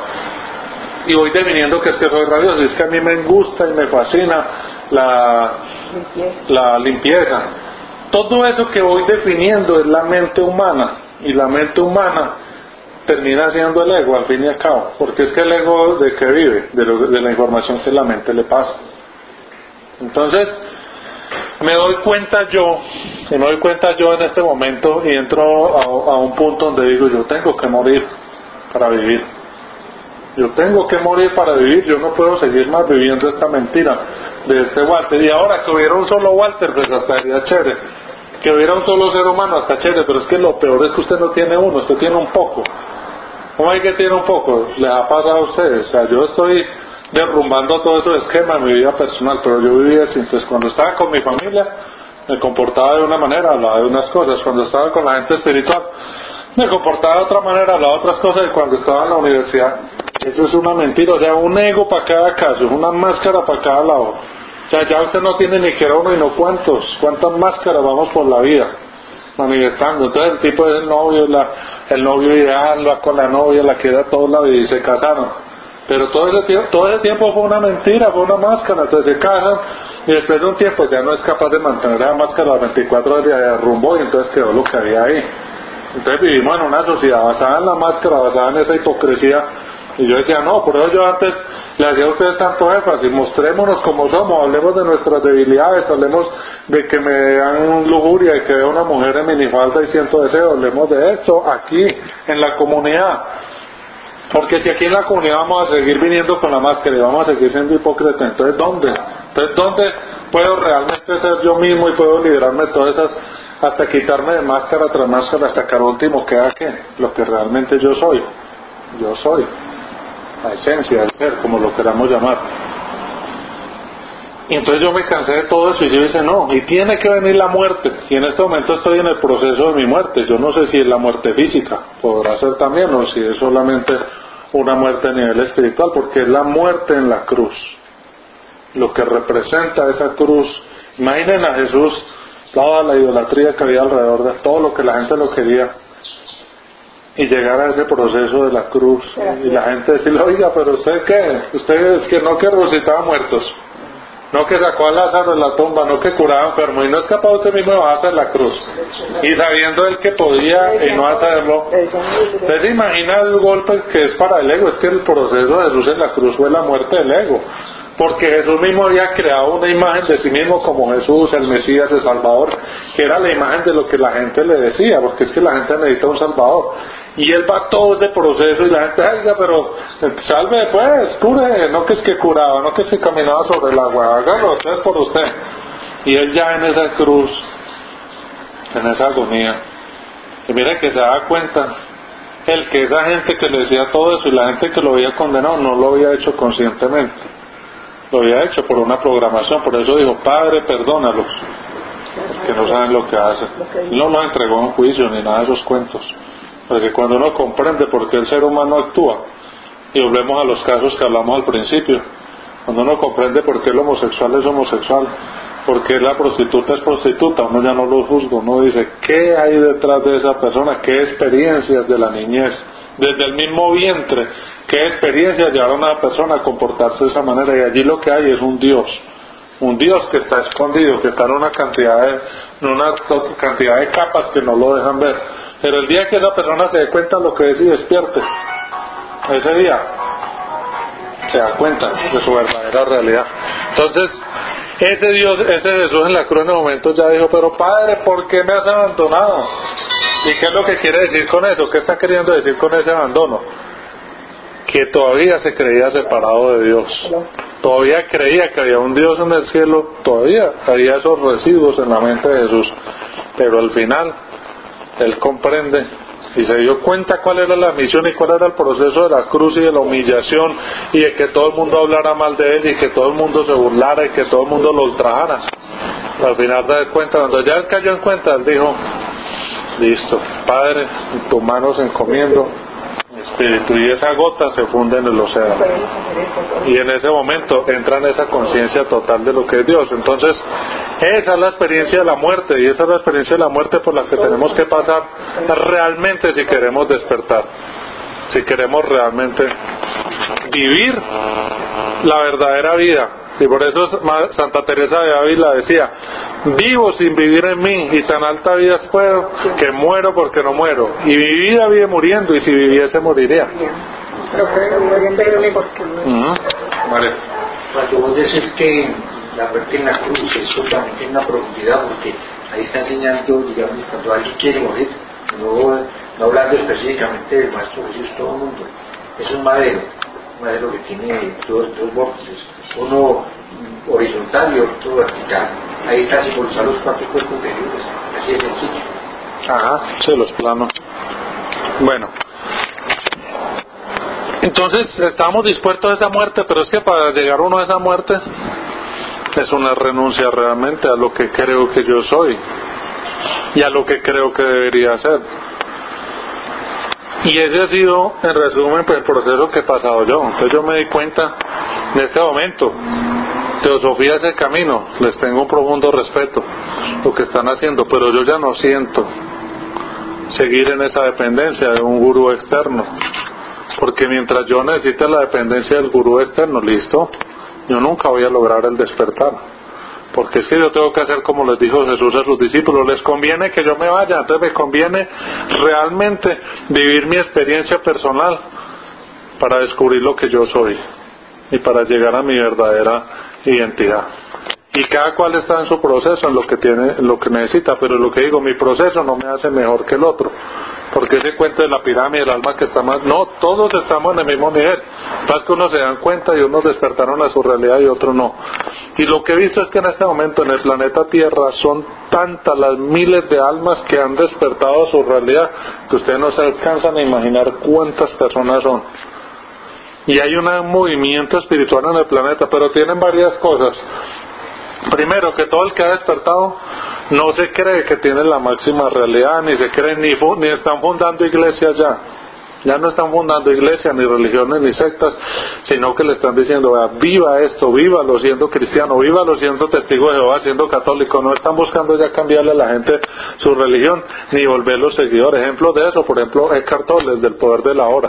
y voy definiendo que es que soy rabioso, y es que a mí me gusta y me fascina la limpieza. la limpieza. Todo eso que voy definiendo es la mente humana, y la mente humana termina siendo el ego al fin y al cabo, porque es que el ego de que vive, de, lo, de la información que la mente le pasa. Entonces me doy cuenta yo, y me doy cuenta yo en este momento, y entro a, a un punto donde digo, yo tengo que morir para vivir. Yo tengo que morir para vivir, yo no puedo seguir más viviendo esta mentira de este Walter. Y ahora que hubiera un solo Walter, pues hasta sería chévere. Que hubiera un solo ser humano, hasta chévere, pero es que lo peor es que usted no tiene uno, usted tiene un poco. ¿Cómo hay que tiene un poco? Les ha pasado a ustedes. O sea, yo estoy derrumbando todo ese esquema en mi vida personal, pero yo vivía así. Entonces cuando estaba con mi familia me comportaba de una manera, hablaba de unas cosas. Cuando estaba con la gente espiritual me comportaba de otra manera, hablaba de otras cosas. Y cuando estaba en la universidad, eso es una mentira. O sea, un ego para cada caso, una máscara para cada lado. O sea, ya usted no tiene ni que era uno y no cuántos, cuántas máscaras vamos por la vida manifestando. Entonces el tipo es el novio, la, el novio ideal, va con la novia, la queda toda la vida y se casaron. Pero todo ese tiempo, todo ese tiempo fue una mentira, fue una máscara. Entonces se casan y después de un tiempo ya no es capaz de mantener la máscara las veinticuatro horas, de rumbo, y entonces quedó lo que había ahí. Entonces vivimos en una sociedad basada en la máscara, basada en esa hipocresía. Y yo decía, no, por eso yo antes le hacía a ustedes tanto énfasis, mostrémonos como somos, hablemos de nuestras debilidades, hablemos de que me dan lujuria y que veo una mujer en minifalda y siento deseo, hablemos de esto aquí, en la comunidad. Porque si aquí en la comunidad vamos a seguir viniendo con la máscara y vamos a seguir siendo hipócritas, entonces ¿dónde? Entonces ¿dónde puedo realmente ser yo mismo y puedo liberarme de todas esas, hasta quitarme de máscara tras máscara, hasta que al último queda ¿qué? Lo que realmente yo soy. Yo soy la esencia del ser, como lo queramos llamar. Y entonces yo me cansé de todo eso y yo dije, no, y tiene que venir la muerte. Y en este momento estoy en el proceso de mi muerte. Yo no sé si es la muerte física, podrá ser también, o si es solamente una muerte a nivel espiritual, porque es la muerte en la cruz, lo que representa esa cruz. Imaginen a Jesús, toda la idolatría que había alrededor de todo lo que la gente lo quería, y llegar a ese proceso de la cruz, y la gente decirle, oiga, pero usted qué, usted es que no que resucitaba muertos, no que sacó a Lázaro de la tumba, no que curaba enfermos, y no es capaz usted mismo de bajarse en la cruz, y sabiendo él que podía y no hacerlo. Usted se imagina el golpe que es para el ego. Es que el proceso de Jesús en la cruz fue la muerte del ego, porque Jesús mismo había creado una imagen de sí mismo como Jesús, el Mesías, el Salvador, que era la imagen de lo que la gente le decía, porque es que la gente necesita un Salvador. Y él va todo ese proceso y la gente, oiga, pero salve pues, cure, no que es que curaba, no que es que caminaba sobre el agua, hágalo, es por usted. Y él ya en esa cruz, en esa agonía, y mira que se da cuenta, el que esa gente que le decía todo eso y la gente que lo había condenado no lo había hecho conscientemente, lo había hecho por una programación. Por eso dijo, Padre, perdónalos, porque no saben lo que hacen. No los entregó en juicio ni nada de esos cuentos. Porque cuando uno comprende por qué el ser humano actúa, y volvemos a los casos que hablamos al principio, cuando uno comprende por qué el homosexual es homosexual, por qué la prostituta es prostituta, uno ya no lo juzga, uno dice, ¿qué hay detrás de esa persona? ¿Qué experiencias de la niñez? Desde el mismo vientre, ¿qué experiencias llevaron a una persona a comportarse de esa manera? Y allí lo que hay es un Dios, un Dios que está escondido, que está en una cantidad de, en una cantidad de capas que no lo dejan ver. Pero el día que esa persona se dé cuenta de lo que es y despierte, ese día se da cuenta de su verdadera realidad. Entonces, ese Dios, ese Jesús en la cruz en el momento ya dijo, pero Padre, ¿por qué me has abandonado? ¿Y qué es lo que quiere decir con eso? ¿Qué está queriendo decir con ese abandono? Que todavía se creía separado de Dios, todavía creía que había un Dios en el cielo, todavía había esos residuos en la mente de Jesús, pero al final Él comprende y se dio cuenta cuál era la misión y cuál era el proceso de la cruz y de la humillación y de que todo el mundo hablara mal de Él y que todo el mundo se burlara y que todo el mundo lo ultrajara. Al final se dio cuenta, cuando ya Él cayó en cuenta, Él dijo, listo, Padre, en tus manos encomiendo mi espíritu, y esa gota se funde en el océano, y en ese momento entra en esa conciencia total de lo que es Dios. Entonces esa es la experiencia de la muerte, y esa es la experiencia de la muerte por la que tenemos que pasar realmente si queremos despertar, si queremos realmente vivir la verdadera vida. Y por eso Santa Teresa de Ávila decía, vivo sin vivir en mí, y tan alta vida puedo que muero porque no muero, y mi vida vive muriendo, y si viviese moriría. Pero creo muriéndome porque no. Uh-huh. Vale. Cuando vos decís que la muerte en la cruz, eso también tiene una profundidad, porque ahí está enseñando, digamos, cuando alguien quiere morir, no, no hablando específicamente del Maestro Jesús, todo el mundo, es un madero, un madero que tiene dos, dos vórtices, uno horizontal y otro vertical. Ahí está simbolizado los cuatro cuerpos de Dios, así de sencillo. Ajá, sí, los planos. Bueno, entonces estamos dispuestos a esa muerte, pero es que para llegar uno a esa muerte es una renuncia realmente a lo que creo que yo soy y a lo que creo que debería ser. Y ese ha sido, en resumen, pues, el proceso que he pasado yo. Entonces yo me di cuenta en este momento, Teosofía es el camino, les tengo un profundo respeto lo que están haciendo, pero yo ya no siento seguir en esa dependencia de un gurú externo, porque mientras yo necesite la dependencia del gurú externo, listo, yo nunca voy a lograr el despertar, porque es que yo tengo que hacer como les dijo Jesús a sus discípulos, les conviene que yo me vaya, entonces me conviene realmente vivir mi experiencia personal para descubrir lo que yo soy y para llegar a mi verdadera identidad. Y cada cual está en su proceso, en lo que tiene, en lo que necesita, pero lo que digo, mi proceso no me hace mejor que el otro, porque ese cuento de la pirámide del alma que está más, no, todos estamos en el mismo nivel, más que unos se dan cuenta y unos despertaron a su realidad y otros no. Y lo que he visto es que en este momento en el planeta Tierra son tantas las miles de almas que han despertado a su realidad que ustedes no se alcanzan a imaginar cuántas personas son. Y hay un movimiento espiritual en el planeta, pero tienen varias cosas. Primero, que todo el que ha despertado no se cree que tiene la máxima realidad, ni se cree, ni, ni están fundando iglesias ya. Ya no están fundando iglesias, ni religiones, ni sectas, sino que le están diciendo, vea, viva esto, vívalo siendo cristiano, vívalo siendo testigo de Jehová, siendo católico. No están buscando ya cambiarle a la gente su religión, ni volverlos seguidores. Ejemplos de eso, por ejemplo, Eckhart Tolle, del poder de la hora.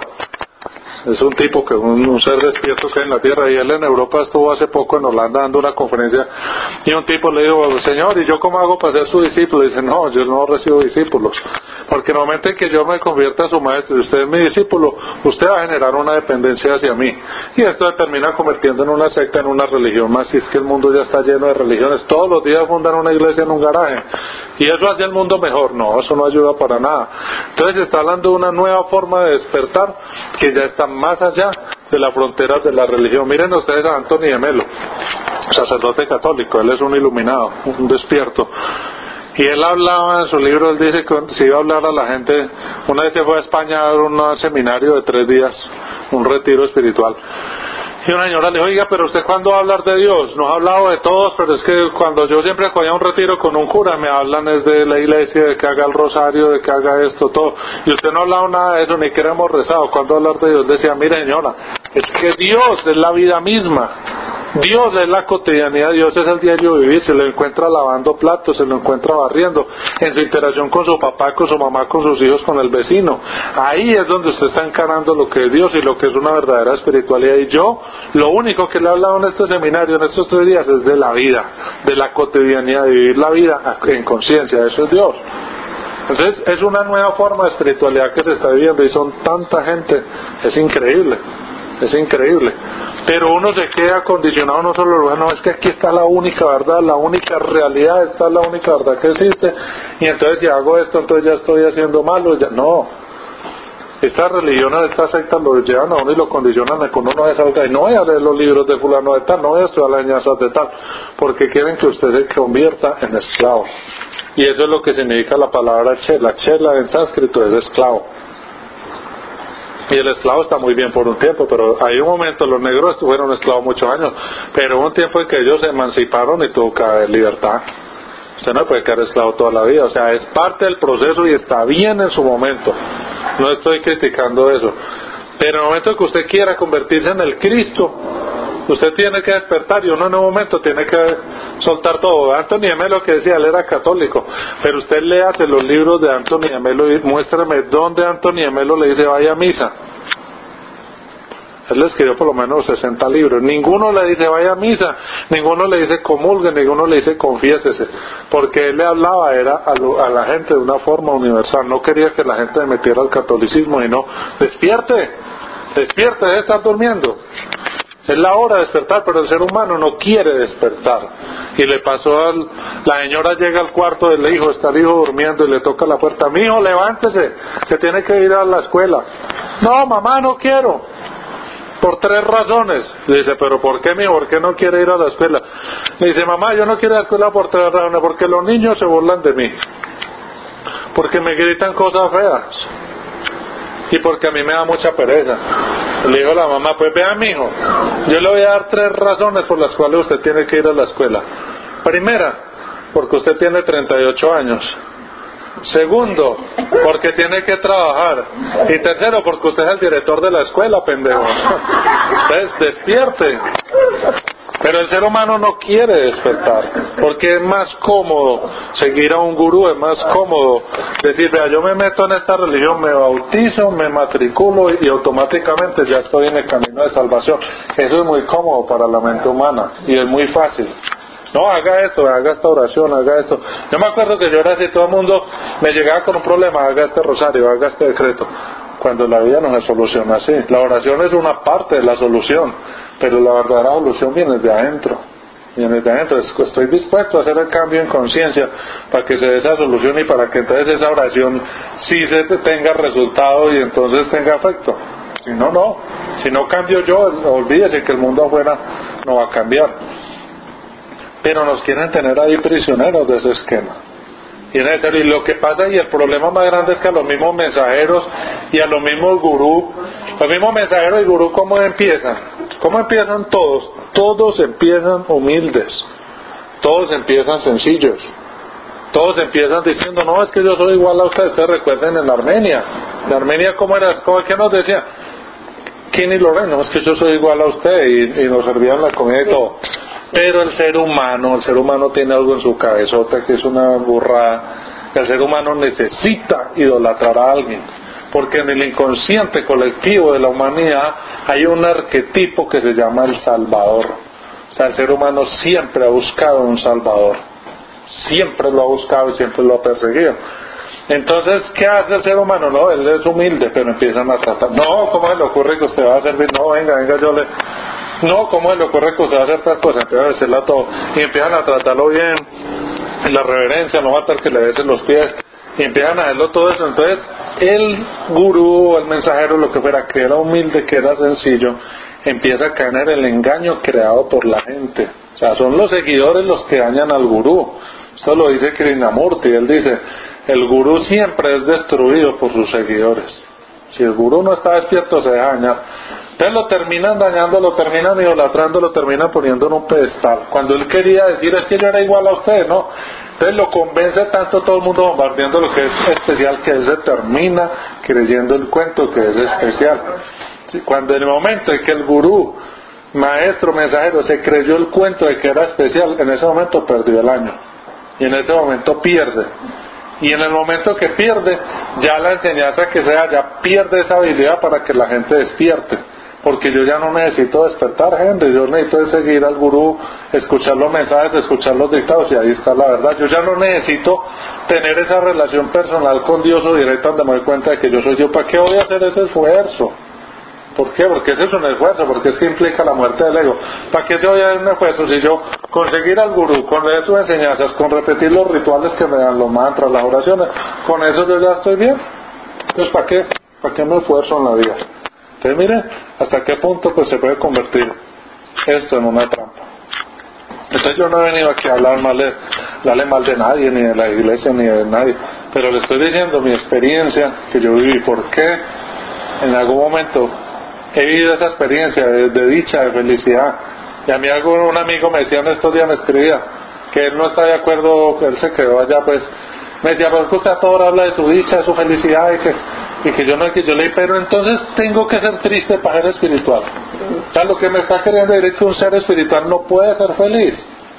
Es un tipo que un, un ser despierto que hay en la tierra, y él en Europa estuvo hace poco en Holanda dando una conferencia, y un tipo le dijo, señor, ¿y yo cómo hago para ser su discípulo? Y dice, no, yo no recibo discípulos, porque en el momento en que yo me convierta en su maestro y usted es mi discípulo, usted va a generar una dependencia hacia mí, y esto se termina convirtiendo en una secta, en una religión más, y es que el mundo ya está lleno de religiones, todos los días fundan una iglesia en un garaje, y eso hace el mundo mejor. No, eso no ayuda para nada. Entonces se está hablando de una nueva forma de despertar que ya está más allá de las fronteras de la religión. Miren ustedes a Anthony de Melo, sacerdote católico, él es un iluminado, un despierto, y él hablaba en su libro, él dice que se iba a hablar a la gente, una vez se fue a España a dar un seminario de tres días, un retiro espiritual, y una señora le dijo, oiga, pero usted ¿cuándo va a hablar de Dios? Nos ha hablado de todos, pero es que cuando yo siempre acogía un retiro con un cura, me hablan es de la iglesia, de que haga el rosario, de que haga esto, todo, y usted no ha hablado nada de eso, ni que hemos rezado. ¿Cuándo hablar de Dios? Decía, mire señora, es que Dios es la vida misma, Dios es la cotidianidad, Dios es el diario vivir. Se lo encuentra lavando platos, se lo encuentra barriendo, en su interacción con su papá, con su mamá, con sus hijos, con el vecino. Ahí es donde usted está encarando lo que es Dios y lo que es una verdadera espiritualidad. Y yo, lo único que le he hablado en este seminario, en estos tres días, es de la vida, de la cotidianidad, de vivir la vida en conciencia. Eso es Dios. Entonces es una nueva forma de espiritualidad que se está viviendo y son tanta gente, es increíble, es increíble. Pero uno se queda condicionado no solo, bueno, es que aquí está la única verdad, la única realidad, esta es la única verdad que existe, y entonces si hago esto, entonces ya estoy haciendo malo, ya no. Estas religiones, estas sectas lo llevan a uno y lo condicionan a que uno no salga y no voy a leer los libros de fulano de tal, no voy a estudiar las enseñanzas de tal, porque quieren que usted se convierta en esclavo. Y eso es lo que significa la palabra chela. Chela en sánscrito es esclavo. Y el esclavo está muy bien por un tiempo, pero hay un momento, los negros fueron esclavos muchos años, pero hubo un tiempo en que ellos se emanciparon y tuvo que haber libertad. Usted no puede quedar esclavo toda la vida, o sea, es parte del proceso y está bien en su momento. No estoy criticando eso. Pero en el momento que usted quiera convertirse en el Cristo, usted tiene que despertar y uno en un momento tiene que soltar todo. Anthony de Melo, que decía, él era católico, pero usted léase los libros de Anthony de Melo y muéstrame dónde Anthony de Melo le dice vaya a misa. Él le escribió por lo menos sesenta libros. Ninguno le dice vaya a misa, ninguno le dice comulgue, ninguno le dice confiésese, porque él le hablaba era a, lo, a la gente de una forma universal. No quería que la gente se metiera al catolicismo y no, despierte, despierte, debe estar durmiendo. Es la hora de despertar, pero el ser humano no quiere despertar. Y le pasó al... La señora llega al cuarto del hijo, está el hijo durmiendo y le toca la puerta. Mi hijo, levántese, que tiene que ir a la escuela. No, mamá, no quiero. Por tres razones. Le dice, pero ¿por qué, mijo? ¿Por qué no quiere ir a la escuela? Le dice, mamá, yo no quiero ir a la escuela por tres razones. Porque los niños se burlan de mí. Porque me gritan cosas feas. Y porque a mí me da mucha pereza. Le dijo la mamá, pues vea, mijo, yo le voy a dar tres razones por las cuales usted tiene que ir a la escuela. Primera, porque usted tiene treinta y ocho años. Segundo, porque tiene que trabajar. Y tercero, porque usted es el director de la escuela, pendejo. Entonces, despierte. Pero el ser humano no quiere despertar, porque es más cómodo seguir a un gurú, es más cómodo decir, vea, yo me meto en esta religión, me bautizo, me matriculo y automáticamente ya estoy en el camino de salvación. Eso es muy cómodo para la mente humana y es muy fácil. No, haga esto, haga esta oración, haga esto. Yo me acuerdo que yo era así, todo el mundo me llegaba con un problema, haga este rosario, haga este decreto. Cuando la vida no se soluciona así. La oración es una parte de la solución, pero la verdadera solución viene de adentro. Viene de adentro. Estoy dispuesto a hacer el cambio en conciencia para que se dé esa solución y para que entonces esa oración sí se tenga resultado y entonces tenga efecto. Si no, no. Si no cambio yo, olvídese que el mundo afuera no va a cambiar. Pero nos quieren tener ahí prisioneros de ese esquema. Y lo que pasa y el problema más grande es que a los mismos mensajeros y a los mismos gurú, los mismos mensajeros y gurú, ¿cómo empiezan? ¿Cómo empiezan todos? Todos empiezan humildes, todos empiezan sencillos, todos empiezan diciendo, no, es que yo soy igual a ustedes. Ustedes recuerden en Armenia, en Armenia, ¿cómo era? ¿Cómo es que nos decía? Kini Loreno, es que yo soy igual a usted, y, y nos servían la comida y todo. Pero el ser humano, el ser humano tiene algo en su cabezota que es una burrada. El ser humano necesita idolatrar a alguien, porque en el inconsciente colectivo de la humanidad hay un arquetipo que se llama el Salvador. O sea, el ser humano siempre ha buscado un Salvador, siempre lo ha buscado y siempre lo ha perseguido. Entonces, ¿qué hace el ser humano? No, él es humilde, pero empiezan a tratar. No, ¿cómo se le ocurre que usted va a servir? No, venga, venga, yo le... No, ¿cómo se le ocurre que usted va a hacer tal cosa? Empiezan a decirle a todo. Y empiezan a tratarlo bien, en la reverencia, no va a estar que le besen los pies. Y empiezan a hacerlo todo eso. Entonces, el gurú, el mensajero, lo que fuera, que era humilde, que era sencillo, empieza a caer en el engaño creado por la gente. O sea, son los seguidores los que dañan al gurú. Esto lo dice Krishnamurti. Él dice, el gurú siempre es destruido por sus seguidores. Si el gurú no está despierto, se deja dañar. Entonces lo terminan dañando, lo terminan idolatrando, lo terminan poniendo en un pedestal. Cuando él quería decir, es que yo era igual a usted, ¿no? Entonces lo convence tanto todo el mundo bombardeando lo que es especial, que él se termina creyendo el cuento que es especial. Cuando en el momento en que el gurú maestro, mensajero, se creyó el cuento de que era especial, en ese momento perdió el año. Y en ese momento pierde. Y en el momento que pierde, ya la enseñanza que sea, ya pierde esa habilidad para que la gente despierte. Porque yo ya no necesito despertar gente, yo necesito seguir al gurú, escuchar los mensajes, escuchar los dictados, y ahí está la verdad. Yo ya no necesito tener esa relación personal con Dios o directa donde me doy cuenta de que yo soy yo. ¿Para qué voy a hacer ese esfuerzo? ¿Por qué? Porque ese es un esfuerzo, porque es que implica la muerte del ego. ¿Para qué se voy a dar un esfuerzo si yo conseguir al gurú, con leer sus enseñanzas, con repetir los rituales que me dan, los mantras, las oraciones, con eso yo ya estoy bien? Entonces, ¿para qué? ¿Para qué me esfuerzo en la vida? Entonces, mire, hasta qué punto pues se puede convertir esto en una trampa. Entonces yo no he venido aquí a hablar mal de, hablarle mal de nadie, ni de la iglesia, ni de nadie, pero le estoy diciendo mi experiencia que yo viví, por qué en algún momento he vivido esa experiencia de, de dicha, de felicidad. Y a mí algún un amigo me decía en estos días, me escribía que él no está de acuerdo, que él se quedó allá, pues me decía, porque usted hasta ahora habla de su dicha, de su felicidad, y que, y que yo no, que yo leí, pero entonces tengo que ser triste para ser espiritual. O sea, lo que me está queriendo decir es que un ser espiritual no puede ser feliz.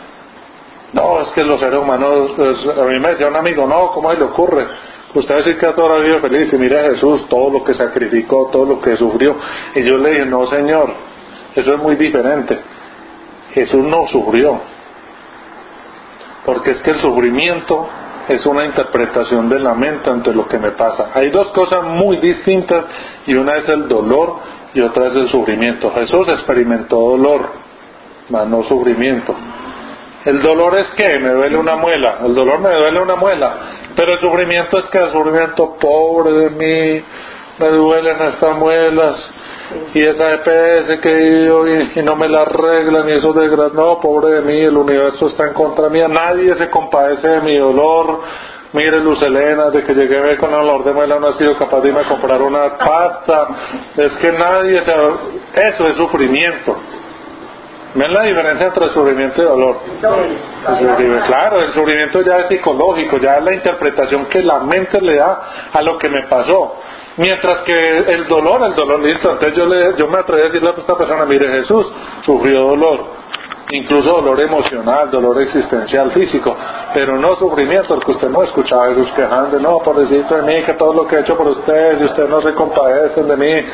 No, es que los seres humanos, pues, a mí me decía un amigo, no, ¿cómo se le ocurre? Usted dice que a toda la vida feliz, y mira a Jesús, todo lo que sacrificó, todo lo que sufrió. Y yo le dije, no señor, eso es muy diferente. Jesús no sufrió, porque es que el sufrimiento es una interpretación de la mente ante lo que me pasa. Hay dos cosas muy distintas, y una es el dolor y otra es el sufrimiento. Jesús experimentó dolor, mas no sufrimiento. El dolor es que me duele una muela, el dolor me duele una muela, pero el sufrimiento es que el sufrimiento, pobre de mí, me duelen estas muelas, y esa E P S que he ido y, y no me la arreglan, y eso de gra- no, pobre de mí, el universo está en contra mía, nadie se compadece de mi dolor. Mire, Luz Elena, de que llegué con el dolor de muela no ha sido capaz de irme a comprar una pasta. Es que nadie se... Eso es sufrimiento. ¿Ven la diferencia entre sufrimiento y dolor? El sufrimiento, claro, el sufrimiento ya es psicológico, ya es la interpretación que la mente le da a lo que me pasó. Mientras que el dolor, el dolor, listo. Entonces yo, le, yo me atreví a decirle a esta persona, mire, Jesús sufrió dolor, incluso dolor emocional, dolor existencial, físico, pero no sufrimiento, porque usted no escuchaba a Jesús quejando, no, pobrecito de mí, que todo lo que he hecho por ustedes, y ustedes no se compadecen de mí.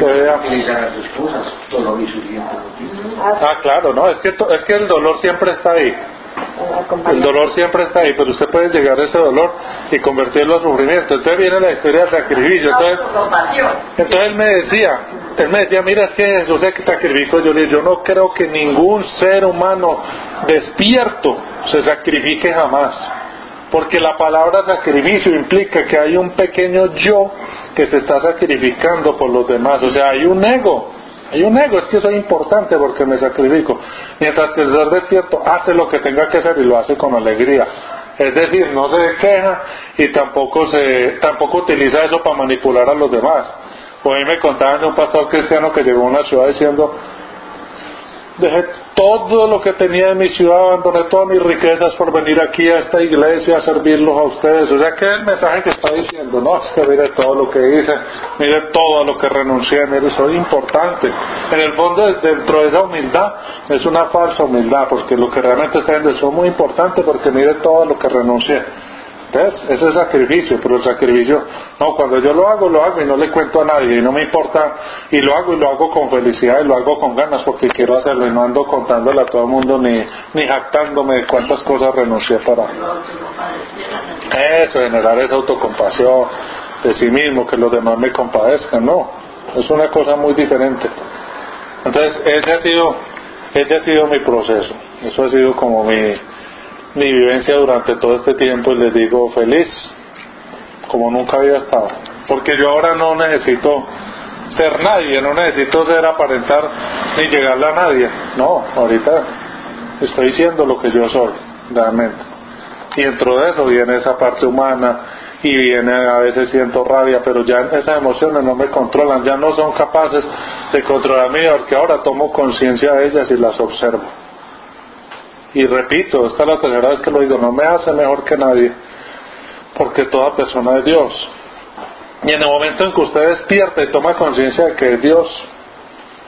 Ah, claro, no, es que, es que el dolor siempre está ahí. El dolor siempre está ahí, pero usted puede llegar a ese dolor y convertirlo a sufrimiento. Entonces viene la historia del sacrificio. Entonces, entonces él me decía, él me decía, mira, es que Jesús se sacrificó. Yo le dije, yo no creo que ningún ser humano despierto se sacrifique jamás, porque la palabra sacrificio implica que hay un pequeño yo que se está sacrificando por los demás. O sea, hay un ego. Hay un ego, es que soy importante porque me sacrifico. Mientras que el ser despierto hace lo que tenga que hacer y lo hace con alegría. Es decir, no se queja y tampoco se tampoco utiliza eso para manipular a los demás. Hoy me contaban de un pastor cristiano que llegó a una ciudad diciendo, dejé todo lo que tenía en mi ciudad, abandoné todas mis riquezas por venir aquí a esta iglesia a servirlos a ustedes. O sea, que el mensaje que está diciendo, no, es que mire todo lo que hice, mire todo a lo que renuncié, mire, soy importante. En el fondo, dentro de esa humildad, es una falsa humildad, porque lo que realmente está diciendo es, soy muy importante porque mire todo a lo que renuncié. ¿Ves? Ese es sacrificio, pero el sacrificio, no, cuando yo lo hago, lo hago y no le cuento a nadie, y no me importa, y lo hago y lo hago con felicidad y lo hago con ganas porque quiero hacerlo, y no ando contándole a todo el mundo ni, ni jactándome de cuántas cosas renuncié para eso, generar esa autocompasión de sí mismo, que los demás me compadezcan. No, es una cosa muy diferente. Entonces ese ha sido ese ha sido mi proceso, eso ha sido como mi mi vivencia durante todo este tiempo, y les digo, feliz como nunca había estado, porque yo ahora no necesito ser nadie, no necesito ser aparentar ni llegarle a nadie. No, ahorita estoy siendo lo que yo soy realmente, y dentro de eso viene esa parte humana, y viene, a veces siento rabia, pero ya esas emociones no me controlan, ya no son capaces de controlarme, porque ahora tomo conciencia de ellas y las observo. Y repito, esta es la tercera vez que lo digo, no me hace mejor que nadie, porque toda persona es Dios. Y en el momento en que usted despierta y toma conciencia de que es Dios,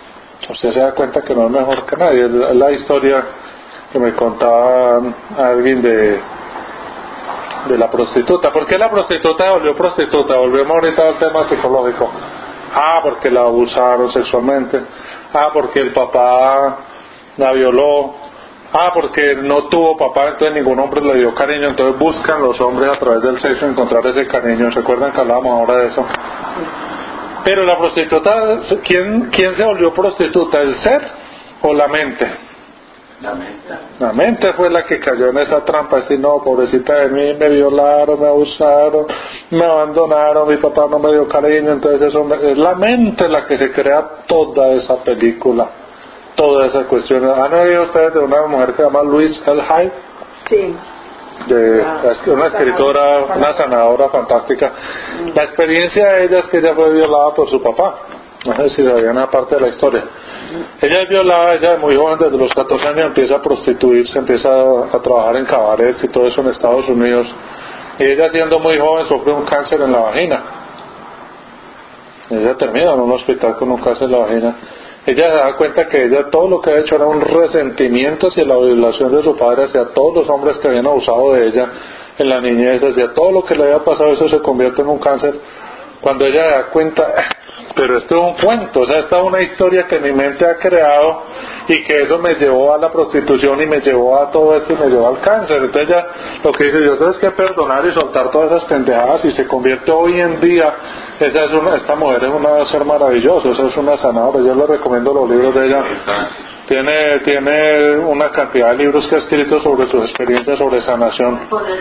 Usted se da cuenta que no es mejor que nadie. Es la historia que me contaba alguien de de la prostituta. ¿Por qué la prostituta volvió prostituta? Volvemos ahorita al tema psicológico. Ah, porque la abusaron sexualmente. Ah, porque el papá la violó. Ah, porque no tuvo papá, entonces ningún hombre le dio cariño. Entonces buscan los hombres a través del sexo encontrar ese cariño. ¿Se acuerdan que hablábamos ahora de eso? Pero la prostituta, ¿quién, quién se volvió prostituta? ¿El ser o la mente? La mente. La mente fue la que cayó en esa trampa. Decir, no, pobrecita de mí, me violaron, me abusaron, me abandonaron, mi papá no me dio cariño. Entonces eso me... es la mente la que se crea toda esa película, toda esa cuestión. ¿Han oído ustedes de una mujer que se llama Louise L. Hay? Sí. De una escritora, una sanadora fantástica. La experiencia de ella es que ella fue violada por su papá. No sé si sabían una parte de la historia. Ella es violada, ella es muy joven, desde los catorce años empieza a prostituirse, empieza a, a trabajar en cabarets y todo eso en Estados Unidos. Y ella, siendo muy joven, sufre un cáncer en la vagina. Ella termina en un hospital con un cáncer en la vagina. Ella se da cuenta que ella todo lo que ha hecho era un resentimiento hacia la violación de su padre, hacia todos los hombres que habían abusado de ella en la niñez, hacia todo lo que le había pasado. Eso se convierte en un cáncer. Cuando ella se da cuenta, pero esto es un cuento, o sea, esta es una historia que mi mente ha creado y que eso me llevó a la prostitución y me llevó a todo esto y me llevó al cáncer. Entonces ya lo que dice, yo tengo que perdonar y soltar todas esas pendejadas, y se convierte hoy en día. Esa es una, esta mujer es un ser maravilloso, esa es una sanadora. Yo le recomiendo los libros de ella. Tiene, tiene una cantidad de libros que ha escrito sobre sus experiencias sobre sanación.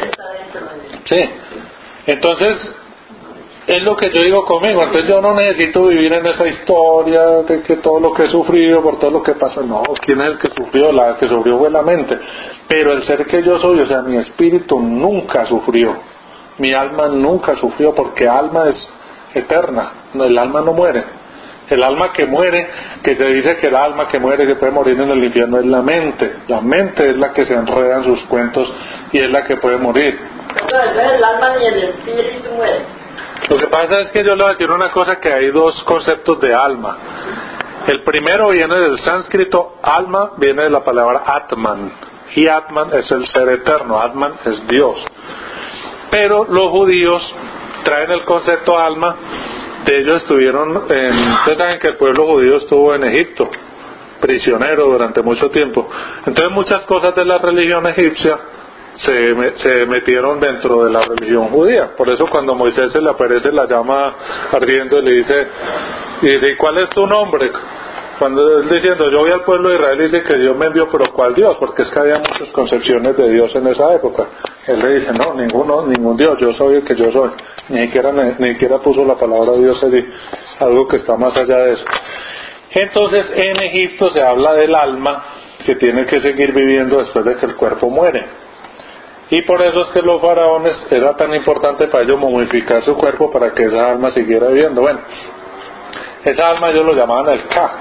Sí, entonces es lo que yo digo conmigo. Entonces yo no necesito vivir en esa historia de que todo lo que he sufrido por todo lo que pasa. No, ¿quién es el que sufrió? La que sufrió fue la mente. Pero el ser que yo soy, o sea, mi espíritu nunca sufrió, mi alma nunca sufrió, porque alma es eterna, el alma no muere. El alma que muere, que se dice que el alma que muere, que puede morir en el infierno, es la mente. La mente es la que se enreda en sus cuentos y es la que puede morir. Entonces el alma ni el espíritu muere. Lo que pasa es que yo le voy a decir una cosa, que hay dos conceptos de alma. El primero viene del sánscrito. Alma viene de la palabra Atman, y Atman es el ser eterno, Atman es Dios. Pero los judíos traen el concepto alma de ellos. Estuvieron en, ustedes saben que el pueblo judío estuvo en Egipto prisionero durante mucho tiempo. Entonces muchas cosas de la religión egipcia Se, se metieron dentro de la religión judía. Por eso cuando Moisés se le aparece la llama ardiendo y le dice, y dice, ¿y cuál es tu nombre? Cuando él diciendo, yo voy al pueblo de Israel, dice que Dios me envió, pero ¿cuál Dios? Porque es que había muchas concepciones de Dios en esa época. Él le dice, no, ninguno, ningún Dios, yo soy el que yo soy. Ni siquiera, ni, ni siquiera puso la palabra Dios allí, algo que está más allá de eso. Entonces en Egipto se habla del alma que tiene que seguir viviendo después de que el cuerpo muere. Y por eso es que los faraones era tan importante para ellos momificar su cuerpo para que esa alma siguiera viviendo. Bueno, esa alma ellos lo llamaban el Ka.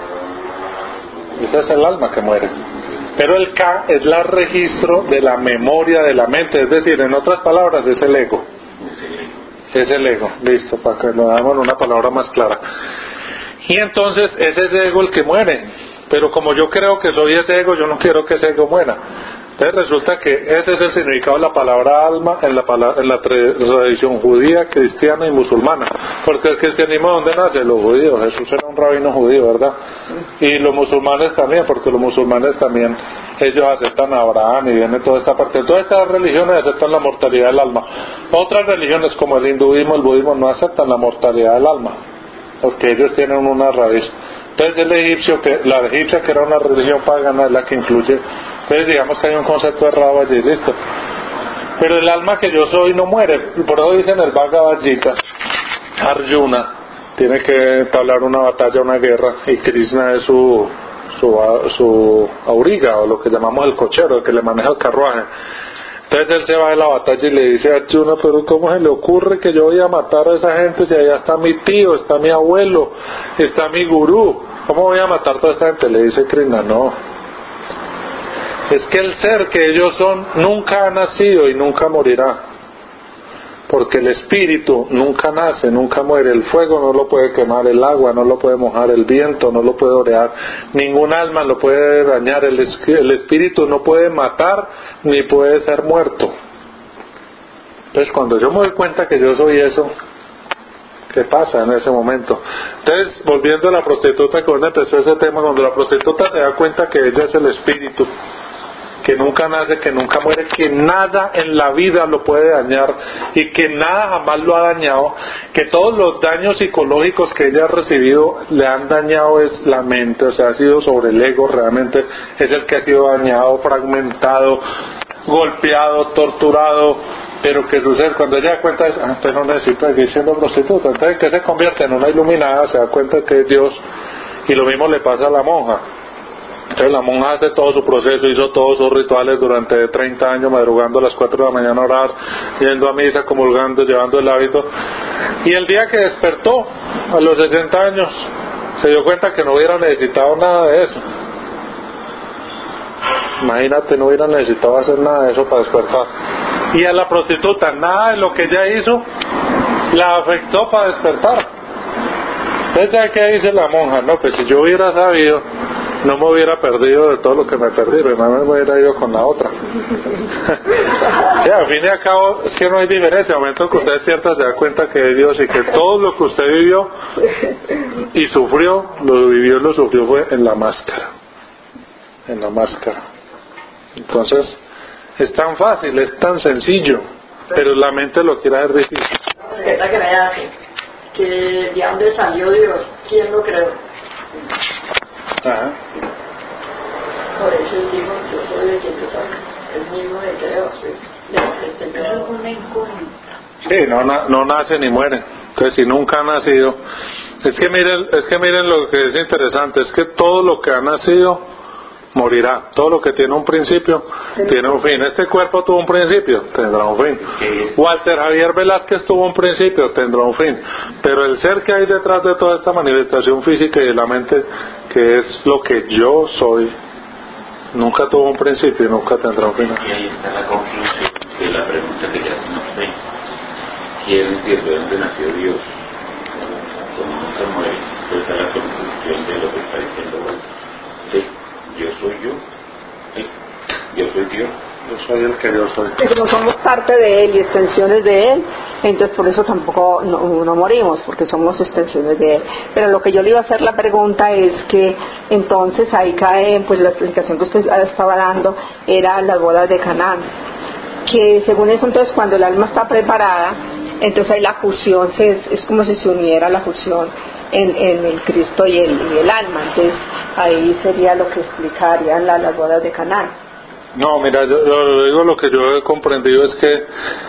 Ese es el alma que muere. Pero el Ka es el registro de la memoria de la mente, es decir, en otras palabras, es el ego. Es el ego, listo, para que lo hagamos en una palabra más clara. Y entonces es ese ego el que muere. Pero como yo creo que soy ese ego, yo no quiero que ese ego muera. Entonces resulta que ese es el significado de la palabra alma en la, palabra, en la tradición judía, cristiana y musulmana. Porque el cristianismo, ¿dónde nace? Los judíos. Jesús era un rabino judío, ¿verdad? Y los musulmanes también, porque los musulmanes también, ellos aceptan a Abraham y viene toda esta parte. Todas estas religiones aceptan la mortalidad del alma. Otras religiones como el hinduismo, el budismo, no aceptan la mortalidad del alma, porque ellos tienen una raíz. Entonces el egipcio, que, la egipcia, que era una religión pagana, es la que incluye. Entonces digamos que hay un concepto errado allí, listo. Pero el alma que yo soy no muere. Por eso dicen el Bhagavad Gita, Arjuna tiene que entablar una batalla, una guerra, y Krishna es su, su, su auriga, o lo que llamamos el cochero, el que le maneja el carruaje. Entonces él se va de la batalla y le dice a Arjuna, pero ¿cómo se le ocurre que yo voy a matar a esa gente si allá está mi tío, está mi abuelo, está mi gurú? ¿Cómo voy a matar a toda esta gente? Le dice Krishna, no. Es que el ser que ellos son nunca ha nacido y nunca morirá. porque el espíritu nunca nace, nunca muere. El fuego no lo puede quemar, el agua no lo puede mojar, el viento no lo puede orear, ningún alma lo puede dañar. El, el espíritu no puede matar ni puede ser muerto. Entonces cuando yo me doy cuenta que yo soy eso, ¿qué pasa en ese momento? Entonces, volviendo a la prostituta, cuando empezó ese tema, cuando la prostituta se da cuenta que ella es el espíritu, que nunca nace, que nunca muere, que nada en la vida lo puede dañar y que nada jamás lo ha dañado, que todos los daños psicológicos que ella ha recibido le han dañado es la mente, o sea, ha sido sobre el ego, realmente es el que ha sido dañado, fragmentado, golpeado, torturado. Pero ¿qué sucede? Cuando ella da cuenta de eso, ah, entonces no necesito seguir siendo prostituta. Entonces, ¿qué se convierte? En una iluminada, se da cuenta que es Dios. Y lo mismo le pasa a la monja. Entonces la monja hace todo su proceso, hizo todos sus rituales durante treinta años, madrugando a las cuatro de la mañana a orar, yendo a misa, comulgando, llevando el hábito. Y el día que despertó, a los sesenta años, se dio cuenta que no hubiera necesitado nada de eso. Imagínate, no hubiera necesitado hacer nada de eso para despertar. Y a la prostituta, nada de lo que ella hizo la afectó para despertar. Entonces, ¿ya qué dice la monja? No, pues si yo hubiera sabido, no me hubiera perdido de todo lo que me perdí, pero no me hubiera ido con la otra. Ya, al fin y al cabo, es que no hay diferencia. Al momento que usted despierta, se da cuenta que es Dios y que todo lo que usted vivió y sufrió, lo vivió y lo sufrió fue en la máscara. En la máscara. Entonces, es tan fácil, es tan sencillo, pero la mente lo quiere hacer difícil. ¿Qué que me hace? Que de dónde salió Dios, ¿quién lo creó? Ajá. Por eso él dijo, yo soy de quien yo soy, el mismo de creo, pues, de que es una incógnita. Sí, no, no nace ni muere. Entonces, si nunca ha nacido, es que miren, es que miren lo que es interesante, es que todo lo que ha nacido morirá. Todo lo que tiene un principio tiene un fin. Este cuerpo tuvo un principio, tendrá un fin. Walter Javier Velázquez tuvo un principio, tendrá un fin. Pero el ser que hay detrás de toda esta manifestación física y de la mente, que es lo que yo soy, nunca tuvo un principio y nunca tendrá un fin. Y ahí está la conclusión de la pregunta que ya se nos ve. ¿Quién es el de dónde nació Dios? Como nunca muere, pues está la conclusión de lo que está diciendo Walter. Sí. Yo soy yo, ¿sí? Yo soy Dios, yo soy el que yo soy. Pero somos parte de Él y extensiones de Él, entonces por eso tampoco no, no morimos, porque somos extensiones de Él. Pero lo que yo le iba a hacer la pregunta es que entonces ahí cae, pues la explicación que usted estaba dando era las bodas de Canaán, que según eso entonces cuando el alma está preparada, entonces ahí la fusión se, es, es como si se uniera la fusión en, en el Cristo y el, y el alma. Entonces ahí sería lo que explicarían la, las bodas de Canaán. No, mira, yo, yo digo, lo que yo he comprendido es que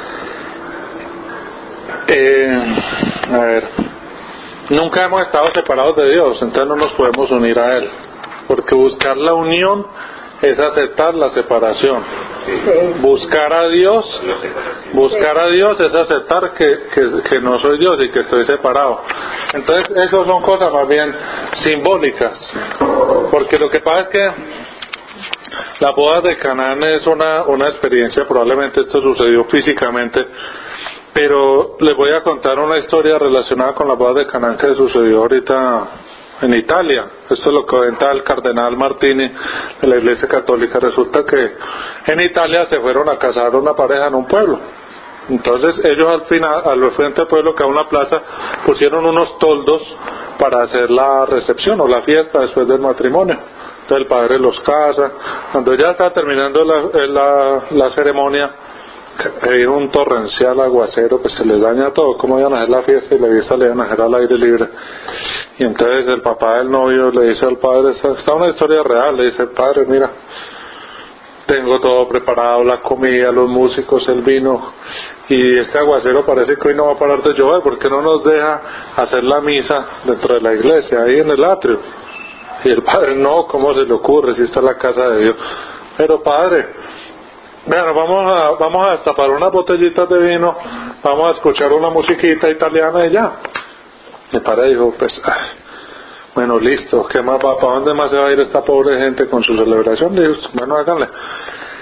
eh, a ver, nunca hemos estado separados de Dios, entonces no nos podemos unir a Él, porque buscar la unión es aceptar la separación. Sí. Buscar a Dios, buscar a Dios es aceptar que, que, que no soy Dios y que estoy separado. Entonces, eso son cosas más bien simbólicas, porque lo que pasa es que la boda de Canaán es una, una experiencia, probablemente esto sucedió físicamente, pero les voy a contar una historia relacionada con la boda de Canaán que sucedió ahorita en Italia. Esto es lo que cuenta el cardenal Martini de la Iglesia Católica. Resulta que en Italia se fueron a casar una pareja en un pueblo. Entonces ellos al final, al frente del pueblo, que a una plaza, pusieron unos toldos para hacer la recepción o la fiesta después del matrimonio. Entonces el padre los casa. Cuando ya está terminando la, la, la ceremonia, hay un torrencial aguacero que se les daña todo. ¿Cómo iban a hacer la fiesta y la fiesta le iban a hacer al aire libre? Y entonces el papá del novio le dice al padre, está una historia real, le dice: padre, mira, tengo todo preparado, la comida, los músicos, el vino, y este aguacero parece que hoy no va a parar de llover, ¿por qué no nos deja hacer la misa dentro de la iglesia, ahí en el atrio? Y el padre: no, ¿cómo se le ocurre si está en la casa de Dios? Pero padre, bueno, vamos a, vamos a destapar unas botellitas de vino, vamos a escuchar una musiquita italiana y ya. Mi padre dijo: pues, ay, bueno, listo, ¿qué más va? ¿Para dónde más se va a ir esta pobre gente con su celebración? Le dijo: bueno, háganle.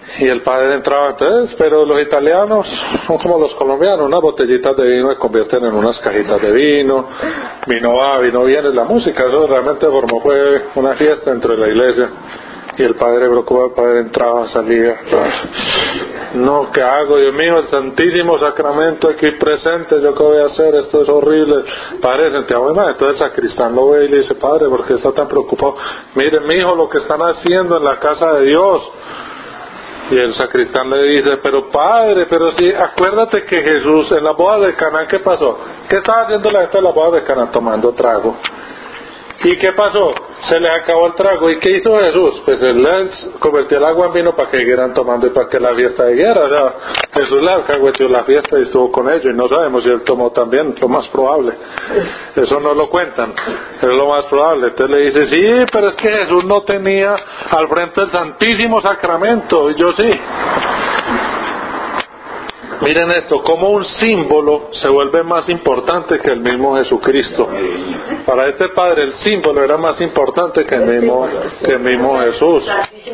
Y el padre entraba, entonces, pero los italianos son como los colombianos, unas botellitas de vino se convierten en unas cajitas de vino, vino va, vino viene, la música, eso realmente formó, fue una fiesta dentro de la iglesia. Y el padre preocupado, el padre entraba, salía, no, ¿qué hago? Dios mío, el Santísimo Sacramento aquí presente, ¿yo qué voy a hacer? Esto es horrible. Padre Santiago, entonces el sacristán lo ve y le dice, padre, ¿por qué está tan preocupado? Miren, mi hijo, lo que están haciendo en la casa de Dios. Y el sacristán le dice, pero padre, pero sí, acuérdate que Jesús en la boda de Caná, ¿qué pasó? ¿Qué estaba haciendo la gente en la boda de Caná? Tomando trago. ¿Y qué pasó? Se les acabó el trago. ¿Y qué hizo Jesús? Pues él les convirtió el agua en vino para que siguieran tomando y para que la fiesta siguiera. O sea, Jesús le alcahueteó la fiesta y estuvo con ellos, y no sabemos si él tomó también, lo más probable. Eso no lo cuentan, es lo más probable. Entonces le dice, sí, pero es que Jesús no tenía al frente el Santísimo Sacramento, y yo sí. Miren esto, como un símbolo se vuelve más importante que el mismo Jesucristo. Para este padre el símbolo era más importante que el mismo, que el mismo Jesús.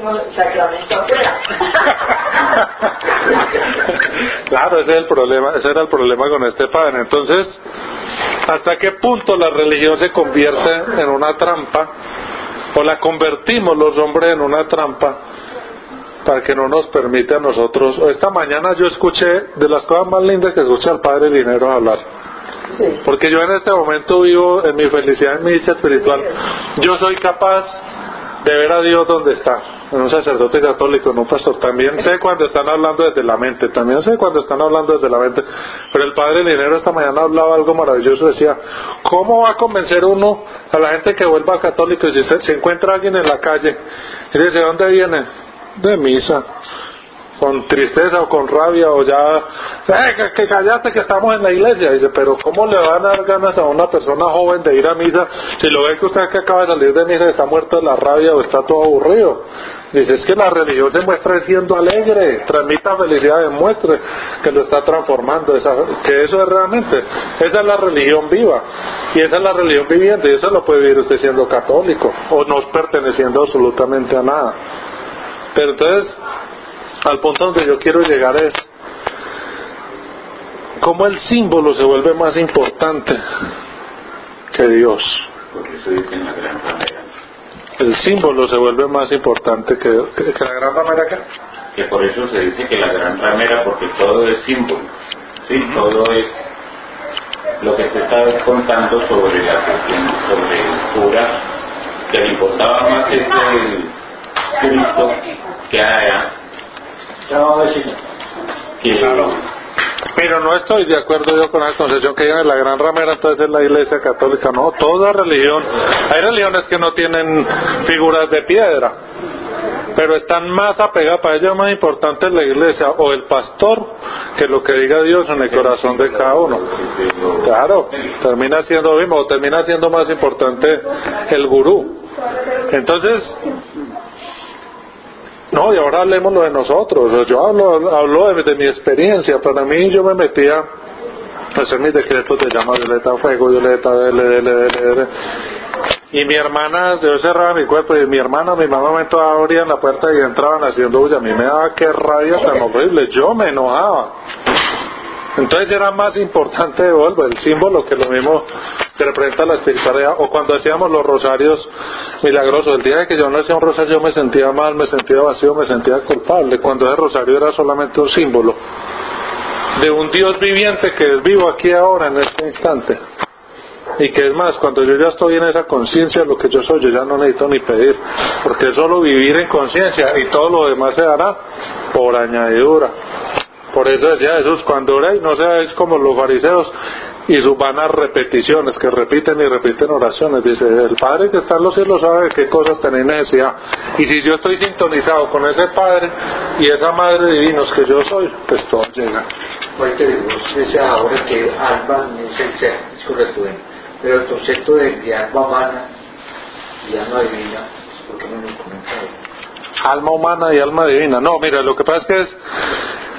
Claro, ese es el problema, ese era el problema con este padre. Entonces, ¿hasta qué punto la religión se convierte en una trampa? O la convertimos los hombres en una trampa para que no nos permite a nosotros. Esta mañana yo escuché de las cosas más lindas que escuché al padre Linero hablar, sí. Porque yo en este momento vivo en mi felicidad, en mi dicha espiritual. Yo soy capaz de ver a Dios donde está, en un sacerdote católico, en un pastor. También sé cuando están hablando desde la mente, también sé cuando están hablando desde la mente. Pero el padre Linero esta mañana hablaba algo maravilloso, decía, ¿cómo va a convencer uno a la gente que vuelva católico si se, se encuentra alguien en la calle y dice, ¿de dónde viene? De misa, con tristeza o con rabia, o ya, eh, que, que callate que estamos en la iglesia. Dice, pero ¿cómo le van a dar ganas a una persona joven de ir a misa si lo ve que usted que acaba de salir de misa está muerto de la rabia o está todo aburrido? Dice, es que la religión se muestra siendo alegre, transmita felicidad, demuestre que lo está transformando, esa, que eso es realmente, esa es la religión viva, y esa es la religión viviente, y eso lo puede vivir usted siendo católico o no perteneciendo absolutamente a nada. Pero entonces, al punto donde yo quiero llegar es cómo el símbolo se vuelve más importante que Dios. Porque eso dice en la gran ramera. El símbolo se vuelve más importante que, que, que la gran ramera acá. Que por eso se dice que la gran ramera, porque todo es símbolo. Sí, uh-huh. Todo es lo que se está contando sobre la cuestión, sobre el cura, que le importaba más es el Cristo que haya que claro. Pero no estoy de acuerdo yo con la concepción que digan la gran ramera entonces es la iglesia católica. No, toda religión, hay religiones que no tienen figuras de piedra, pero están más apegadas, para ellos más importante es la iglesia o el pastor que lo que diga Dios en el corazón de cada uno. Claro, termina siendo lo mismo, o termina siendo más importante el gurú. Entonces, no, y ahora hablemos lo de nosotros. Yo hablo, hablo de, de mi experiencia. Para mí, yo me metía a hacer mis decretos de llama violeta, fuego violeta, dele, dele, dele, dele. Y mi hermana, yo cerraba mi cuerpo, y mi hermana, mi mamá me abrían la puerta y entraban haciendo bulla. A mí me daba qué rabia tan horrible, yo me enojaba. Entonces era más importante de vuelvo el símbolo que lo mismo que representa la espiritualidad. O cuando hacíamos los rosarios milagrosos, el día que yo no hacía un rosario yo me sentía mal, me sentía vacío, me sentía culpable, cuando ese rosario era solamente un símbolo de un Dios viviente que es vivo aquí ahora en este instante. Y que es más, cuando yo ya estoy en esa conciencia de lo que yo soy, yo ya no necesito ni pedir, porque es solo vivir en conciencia y todo lo demás se hará por añadidura. Por eso decía Jesús, cuando oréis no seáis como los fariseos y sus vanas repeticiones, que repiten y repiten oraciones. Dice, el Padre que está en los cielos sabe de qué cosas tenéis necesidad, y si yo estoy sintonizado con ese Padre y esa Madre divinos que yo soy, pues todo llega. Walter, vos decías ahora que alma no es el ser, es correcto, pero el concepto de alma humana y alma divina, ¿por qué no nos comentas? Alma humana y alma divina. No, mira, lo que pasa es que es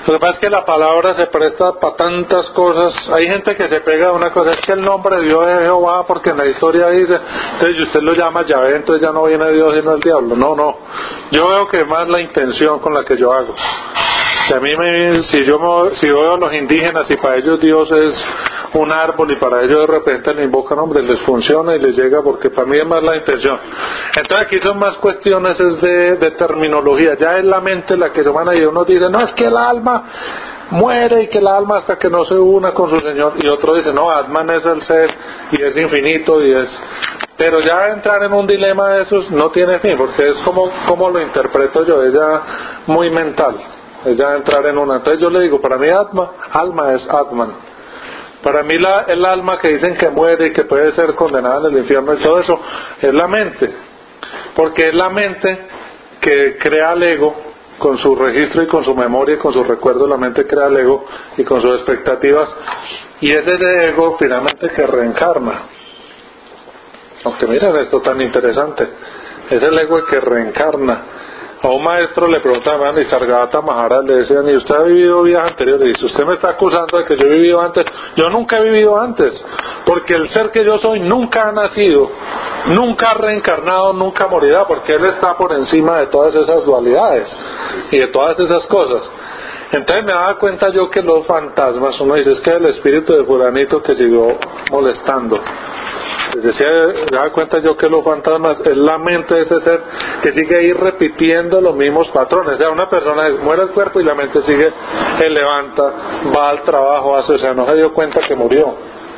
Lo que pasa es que la palabra se presta para tantas cosas. Hay gente que se pega a una cosa, es que el nombre de Dios es Jehová, porque en la historia dice, entonces si usted lo llama Yahvé, entonces ya no viene Dios sino el diablo. No, no. Yo veo que más la intención con la que yo hago. Si a mí me, si yo me, si veo a los indígenas y para ellos Dios es un árbol y para ellos de repente le invocan, hombre, les funciona y les llega, porque para mí es más la intención. Entonces aquí son más cuestiones es de, de terminología. Ya es la mente la que se van a ir. Uno dice, no, es que el alma muere y que el alma hasta que no se una con su Señor, y otro dice, no, Atman es el ser y es infinito y es... Pero ya entrar en un dilema de esos no tiene fin, porque es como, como lo interpreto yo, es ya muy mental, es ya entrar en una. Entonces yo le digo, para mí Atma, alma es Atman. Para mí la, el alma que dicen que muere y que puede ser condenada en el infierno y todo eso, es la mente, porque es la mente que crea el ego con su registro y con su memoria y con su recuerdo. La mente crea el ego y con sus expectativas, y es ese ego finalmente que reencarna. Aunque miren esto tan interesante, es el ego el que reencarna. A un maestro le preguntaban, y Sargata Maharaj le decían, ¿y usted ha vivido vidas anteriores? Y dice, usted me está acusando de que yo he vivido antes. Yo nunca he vivido antes, porque el ser que yo soy nunca ha nacido, nunca ha reencarnado, nunca morirá, porque él está por encima de todas esas dualidades y de todas esas cosas. Entonces me daba cuenta yo que los fantasmas, uno dice, es que el espíritu de fulanito que siguió molestando. Les decía, me daba cuenta yo que los fantasmas es la mente de ese ser que sigue ahí repitiendo los mismos patrones. O sea, una persona muere el cuerpo y la mente sigue, se levanta, va al trabajo, hace, o sea, no se dio cuenta que murió.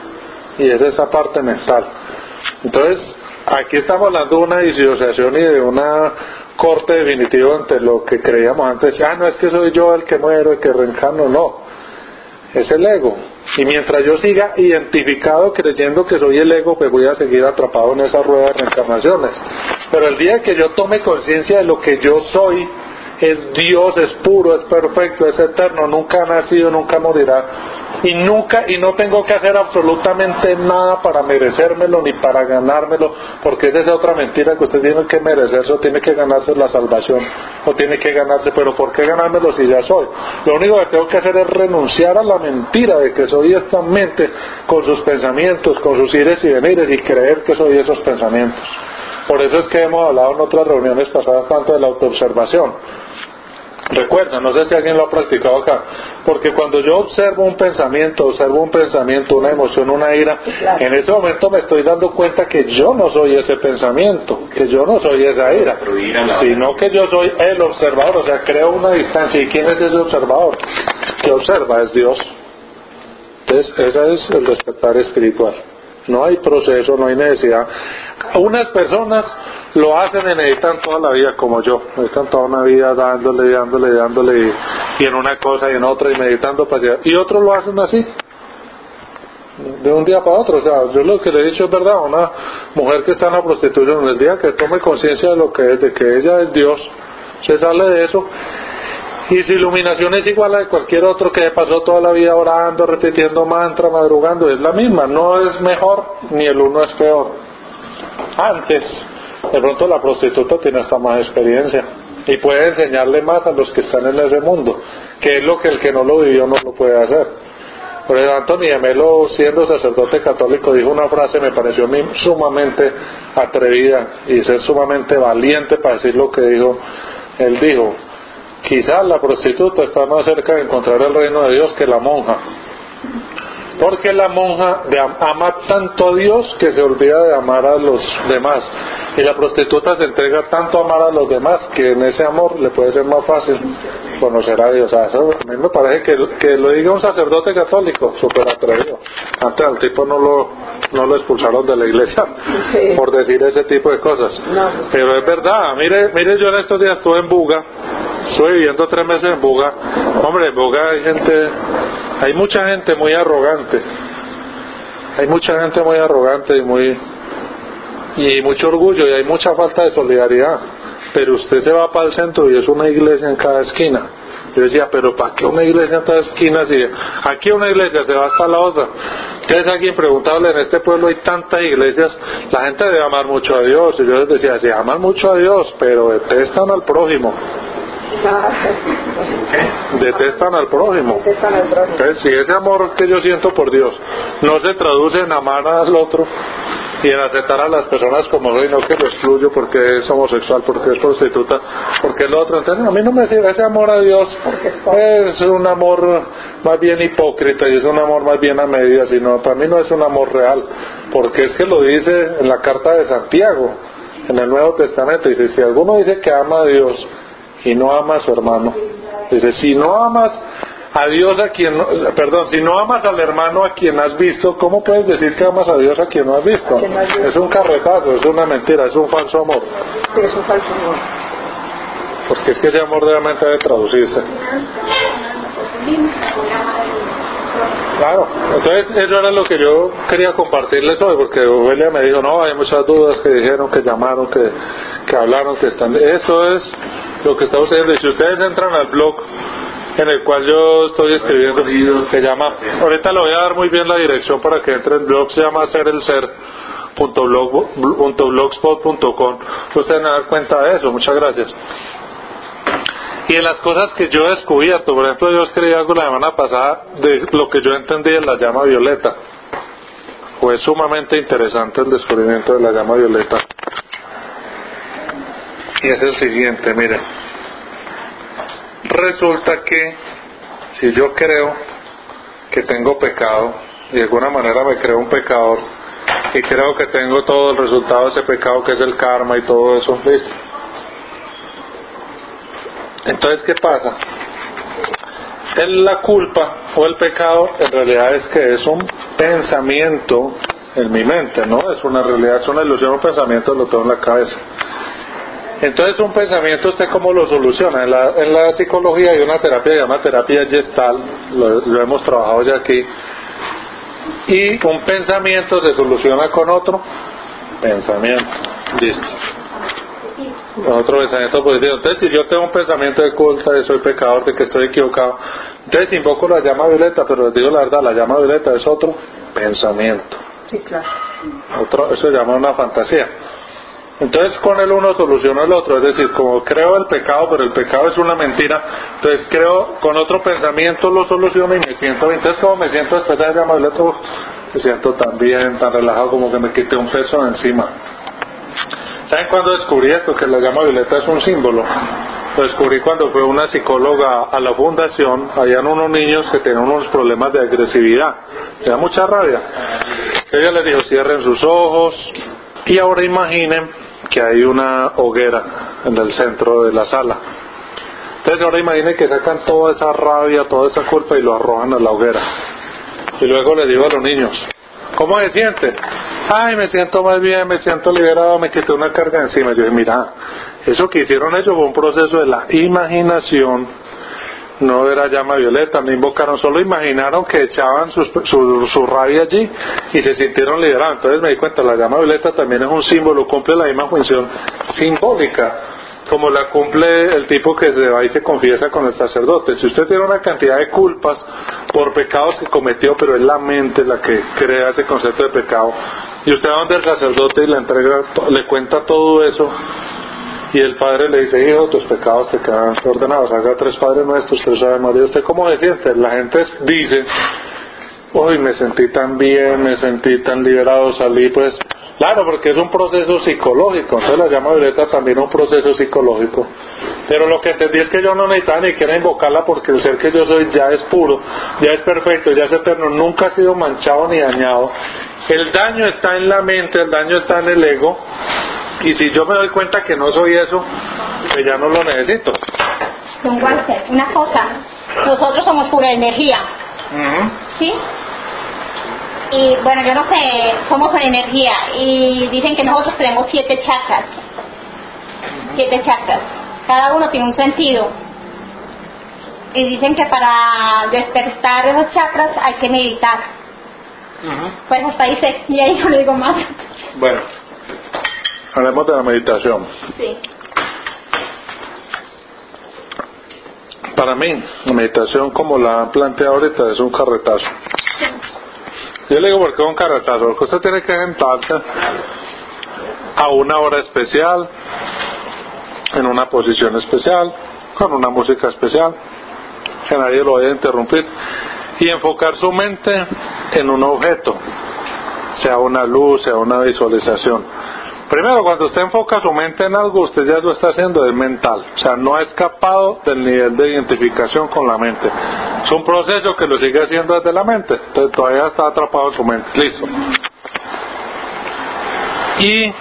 Y es esa parte mental. Entonces, aquí estamos hablando de una disociación y de una corte definitivo entre lo que creíamos antes. Ah, no es que soy yo el que muero, el que reencarno, no. Es el ego. Y mientras yo siga identificado creyendo que soy el ego, pues voy a seguir atrapado en esa rueda de reencarnaciones. Pero el día que yo tome conciencia de lo que yo soy, es Dios, es puro, es perfecto, es eterno, nunca ha nacido, nunca morirá, y nunca, y no tengo que hacer absolutamente nada para merecérmelo ni para ganármelo, porque esa es otra mentira, que usted tiene que merecerse o tiene que ganarse la salvación o tiene que ganarse. Pero ¿por qué ganármelo si ya soy? Lo único que tengo que hacer es renunciar a la mentira de que soy esta mente con sus pensamientos, con sus ires y venires, y creer que soy esos pensamientos. Por eso es que hemos hablado en otras reuniones pasadas tanto de la autoobservación. Recuerda, no sé si alguien lo ha practicado acá, porque cuando yo observo un pensamiento, observo un pensamiento, una emoción, una ira, en ese momento me estoy dando cuenta que yo no soy ese pensamiento, que yo no soy esa ira, sino que yo soy el observador. O sea, creo una distancia. ¿Y quién es ese observador? Que observa es Dios. Entonces, ese es el despertar espiritual. No hay proceso, no hay necesidad. Unas personas lo hacen y necesitan toda la vida, como yo, necesitan toda una vida dándole, dándole, dándole, y, y en una cosa y en otra, y meditando para allá. Y otros lo hacen así, de un día para otro. O sea, yo lo que le he dicho es verdad. Una mujer que está en la prostitución, el día que tome conciencia de lo que es, de que ella es Dios, se sale de eso. Y su iluminación es igual a de cualquier otro que pasó toda la vida orando, repitiendo mantra, madrugando. Es la misma, no es mejor ni el uno es peor. Antes, de pronto la prostituta tiene hasta más experiencia y puede enseñarle más a los que están en ese mundo, que es lo que el que no lo vivió no lo puede hacer. Por eso Antonio Melo, siendo sacerdote católico, dijo una frase, me pareció a mí sumamente atrevida y ser sumamente valiente para decir lo que dijo. Él dijo, quizás la prostituta está más cerca de encontrar el reino de Dios que la monja, porque la monja ama tanto a Dios que se olvida de amar a los demás, y la prostituta se entrega tanto a amar a los demás que en ese amor le puede ser más fácil conocer a Dios. O sea, eso a mí me parece que, que lo diga un sacerdote católico, súper atrevido. Antes al tipo no lo, no lo expulsaron de la iglesia sí. por decir ese tipo de cosas, no. Pero es verdad. Mire, mire, yo en estos días estuve en Buga, estuve viviendo tres meses en Buga. Hombre, en Buga hay gente, hay mucha gente muy arrogante, hay mucha gente muy arrogante y muy y mucho orgullo, y hay mucha falta de solidaridad. Pero usted se va para el centro y es una iglesia en cada esquina. Yo decía, pero ¿para qué una iglesia en cada esquina? Si aquí una iglesia se va hasta la otra. Entonces alguien preguntable, en este pueblo hay tantas iglesias, la gente debe amar mucho a Dios. Y yo les decía, sí, aman mucho a Dios, pero detestan al prójimo. Detestan al prójimo. Detestan al prójimo. Entonces, si ese amor que yo siento por Dios no se traduce en amar al otro y en aceptar a las personas como soy, no que lo excluyo porque es homosexual, porque es prostituta, porque es lo otro, entonces a mí no me sirve ese amor a Dios. Es un amor más bien hipócrita y es un amor más bien a medias, sino para mí no es un amor real, porque es que lo dice en la carta de Santiago, en el Nuevo Testamento, dice: si alguno dice que ama a Dios y no ama a su hermano, dice: si no amas a Dios a quien, perdón, si no amas al hermano a quien has visto, ¿cómo puedes decir que amas a Dios a quien no has visto? Es un carretazo, es una mentira, es un falso amor. Sí, es un falso amor. Porque es que ese amor realmente debe traducirse. Claro, entonces eso era lo que yo quería compartirles hoy, porque Ofelia me dijo: no, hay muchas dudas, que dijeron, que llamaron, que, que hablaron, que están... Esto es lo que está sucediendo. Y si ustedes entran al blog en el cual yo estoy escribiendo, que llama, ahorita le voy a dar muy bien la dirección para que entre en blog, se llama ser el ser punto blogspot punto com. Ustedes van a dar cuenta de eso. Muchas gracias. Y en las cosas que yo he descubierto, por ejemplo, yo escribí algo la semana pasada de lo que yo entendí en la llama violeta. Fue sumamente interesante el descubrimiento de la llama violeta. Y es el siguiente, miren. Resulta que si yo creo que tengo pecado, y de alguna manera me creo un pecador, y creo que tengo todo el resultado de ese pecado, que es el karma y todo eso, ¿listo? Entonces, ¿qué pasa? El, la culpa o el pecado en realidad es que es un pensamiento en mi mente, ¿no? Es una realidad, es una ilusión, un pensamiento, lo tengo en la cabeza. Entonces, un pensamiento, ¿usted cómo lo soluciona? En la, en la psicología hay una terapia que se llama terapia Gestalt, lo, lo hemos trabajado ya aquí, y un pensamiento se soluciona con otro pensamiento. Listo. Otro pensamiento positivo. Entonces, si yo tengo un pensamiento de culpa, de soy pecador, de que estoy equivocado, entonces invoco la llama violeta, pero les digo la verdad, la llama violeta es otro pensamiento. Sí, claro. Otro, eso se llama una fantasía. Entonces, con el uno soluciono el otro, es decir, como creo el pecado, pero el pecado es una mentira, entonces creo, con otro pensamiento lo soluciono y me siento bien. Entonces, como me siento después de la llama violeta, uf, me siento tan bien, tan relajado, como que me quité un peso de encima. ¿Saben cuándo descubrí esto? Que la llama violeta es un símbolo. Lo descubrí cuando fue una psicóloga a la fundación. Habían unos niños que tenían unos problemas de agresividad, me da mucha rabia. Ella les dijo: cierren sus ojos y ahora imaginen que hay una hoguera en el centro de la sala. Entonces ahora imaginen que sacan toda esa rabia, toda esa culpa y lo arrojan a la hoguera. Y luego les digo a los niños: ¿cómo se sienten? Ay, me siento más bien, me siento liberado, me quité una carga encima. Yo dije: mira, eso que hicieron ellos fue un proceso de la imaginación, no era llama violeta, no invocaron, solo imaginaron que echaban su, su, su rabia allí y se sintieron liberados. Entonces me di cuenta, la llama violeta también es un símbolo, cumple la misma función simbólica como la cumple el tipo que se va y se confiesa con el sacerdote. Si usted tiene una cantidad de culpas por pecados que cometió, pero es la mente la que crea ese concepto de pecado, y usted va donde el sacerdote y le entrega, le cuenta todo eso, y el padre le dice: hijo, tus pecados te quedan ordenados, haga tres Padres Nuestros, tres Ave María. ¿Usted cómo se siente? La gente dice: uy, me sentí tan bien, me sentí tan liberado, salí pues... Claro, porque es un proceso psicológico. Entonces la llama violeta también es un proceso psicológico. Pero lo que entendí es que yo no necesitaba ni siquiera invocarla, porque el ser que yo soy ya es puro, ya es perfecto, ya es eterno, nunca ha sido manchado ni dañado. El daño está en la mente, el daño está en el ego, y si yo me doy cuenta que no soy eso, pues ya no lo necesito. Don Walter, una cosa, nosotros somos pura energía, Uh-huh. ¿sí? Y bueno, yo no sé, somos energía, y dicen que nosotros tenemos siete chakras, siete chakras, cada uno tiene un sentido, y dicen que para despertar esos chakras hay que meditar. Uh-huh. Pues hasta ahí sé, y ahí no le digo más. Bueno, hablemos de la meditación. Sí. Para mí, la meditación como la han planteado ahorita es un carretazo. Yo le digo: ¿por qué un carretazo? Porque usted tiene que sentarse a una hora especial, en una posición especial, con una música especial, que nadie lo vaya a interrumpir, y enfocar su mente en un objeto, sea una luz, sea una visualización. Primero, cuando usted enfoca su mente en algo, usted ya lo está haciendo, es mental, o sea, no ha escapado del nivel de identificación con la mente. Es un proceso que lo sigue haciendo desde la mente, entonces todavía está atrapado en su mente. Listo. Y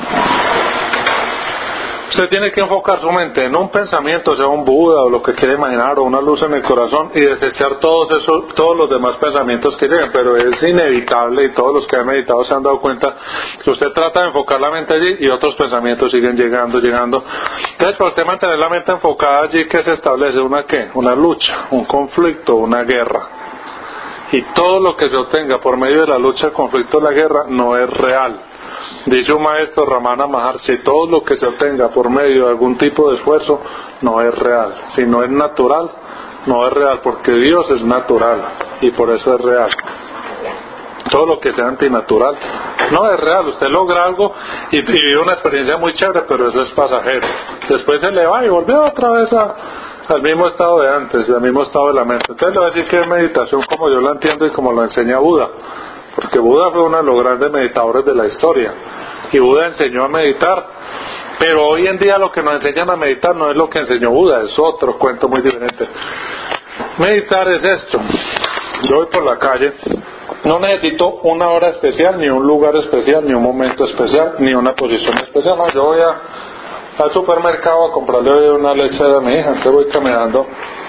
usted tiene que enfocar su mente en un pensamiento, sea un Buda o lo que quiera imaginar, o una luz en el corazón, y desechar todos esos, todos los demás pensamientos que lleguen. Pero es inevitable, y todos los que han meditado se han dado cuenta, que usted trata de enfocar la mente allí y otros pensamientos siguen llegando, llegando. Entonces, para usted mantener la mente enfocada allí, ¿qué se establece? ¿Una qué? Una lucha, un conflicto, una guerra. Y todo lo que se obtenga por medio de la lucha, el conflicto, la guerra, no es real. Dice un maestro, Ramana Maharshi, todo lo que se obtenga por medio de algún tipo de esfuerzo no es real. Si no es natural, no es real, porque Dios es natural y por eso es real. Todo lo que sea antinatural no es real. Usted logra algo y, y vive una experiencia muy chévere, pero eso es pasajero. Después se le va y vuelve otra vez a, al mismo estado de antes, al mismo estado de la mente. Entonces le voy a decir que es meditación como yo la entiendo y como lo enseña Buda. Porque Buda fue uno de los grandes meditadores de la historia y Buda enseñó a meditar, pero hoy en día lo que nos enseñan a meditar no es lo que enseñó Buda, es otro cuento muy diferente. Meditar es esto: yo voy por la calle, no necesito una hora especial, ni un lugar especial, ni un momento especial, ni una posición especial. No, yo voy a, al supermercado a comprarle una leche a mi hija, entonces voy caminando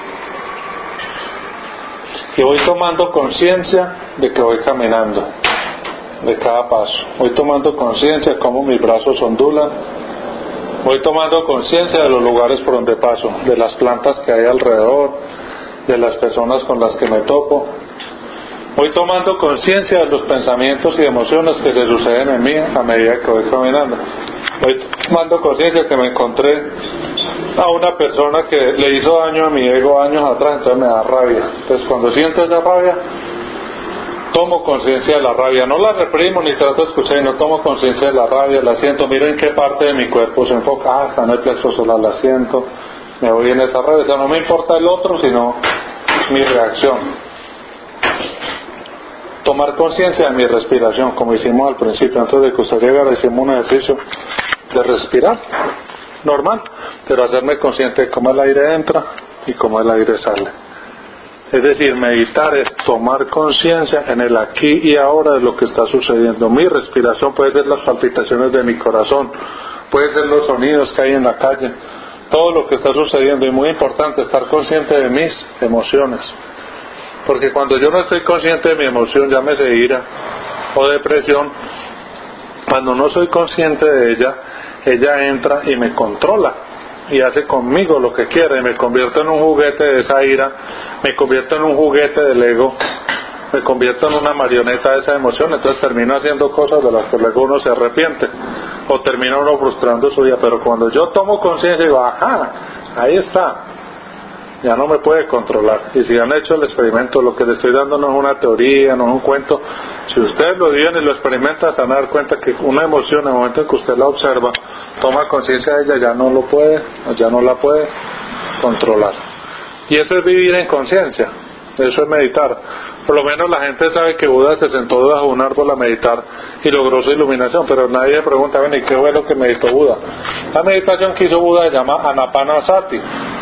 y voy tomando conciencia de que voy caminando, de cada paso. Voy tomando conciencia de cómo mis brazos ondulan. Voy tomando conciencia de los lugares por donde paso, de las plantas que hay alrededor, de las personas con las que me topo. Voy tomando conciencia de los pensamientos y emociones que se suceden en mí a medida que voy caminando. Voy tomando conciencia que me encontré a una persona que le hizo daño a mi ego años atrás, entonces me da rabia. Entonces cuando siento esa rabia, tomo conciencia de la rabia, no la reprimo ni trato de escuchar, no tomo conciencia de la rabia, la siento, miro en qué parte de mi cuerpo se enfoca, ah, está en el plexo solar, la siento, me voy en esa rabia. O sea, no me importa el otro, sino mi reacción. Tomar conciencia de mi respiración, como hicimos al principio, antes de que usted llegara, hicimos un ejercicio de respirar normal, pero hacerme consciente de cómo el aire entra y cómo el aire sale. Es decir, meditar es tomar conciencia en el aquí y ahora de lo que está sucediendo. Mi respiración puede ser las palpitaciones de mi corazón, puede ser los sonidos que hay en la calle, todo lo que está sucediendo. Y muy importante, estar consciente de mis emociones, porque cuando yo no estoy consciente de mi emoción, llámese ira o depresión, cuando no soy consciente de ella, ella entra y me controla y hace conmigo lo que quiere, y me convierto en un juguete de esa ira, me convierto en un juguete del ego, me convierto en una marioneta de esa emoción. Entonces termino haciendo cosas de las que luego uno se arrepiente, o termina uno frustrando su vida. Pero cuando yo tomo conciencia y digo, ajá, ahí está, ya no me puede controlar. Y si han hecho el experimento, lo que les estoy dando no es una teoría, no es un cuento. Si ustedes lo viven y lo experimentan, se van a dar cuenta que una emoción, en el momento en que usted la observa, toma conciencia de ella, ya no lo puede, ya no la puede controlar. Y eso es vivir en conciencia, eso es meditar. Por lo menos la gente sabe que Buda se sentó debajo de un árbol a meditar y logró su iluminación, pero nadie pregunta, ven, ¿y qué fue lo que meditó Buda? La meditación que hizo Buda se llama Anapanasati,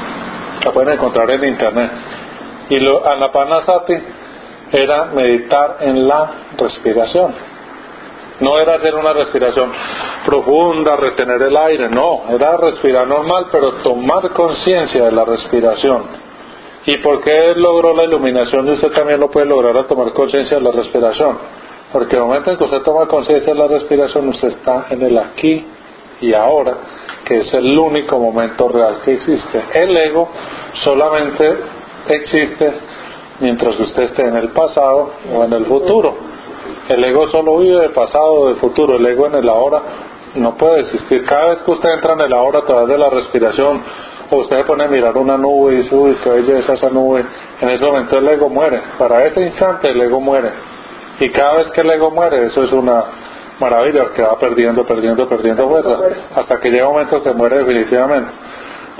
la pueden encontrar en internet. Y lo, Anapanasati era meditar en la respiración. No era hacer una respiración profunda, retener el aire, no, era respirar normal, pero tomar conciencia de la respiración. ¿Y por qué él logró la iluminación y usted también lo puede lograr al tomar conciencia de la respiración? Porque el momento en que usted toma conciencia de la respiración, usted está en el aquí y ahora, que es el único momento real que existe. El ego solamente existe mientras usted esté en el pasado o en el futuro. El ego solo vive de pasado o de futuro. El ego en el ahora no puede existir. Cada vez que usted entra en el ahora a través de la respiración, o usted se pone a mirar una nube y dice, uy, qué belleza esa nube, en ese momento el ego muere. Para ese instante el ego muere. Y cada vez que el ego muere, eso es una maravilla, que va perdiendo, perdiendo, perdiendo fuerza, hasta que llega un momento que muere definitivamente.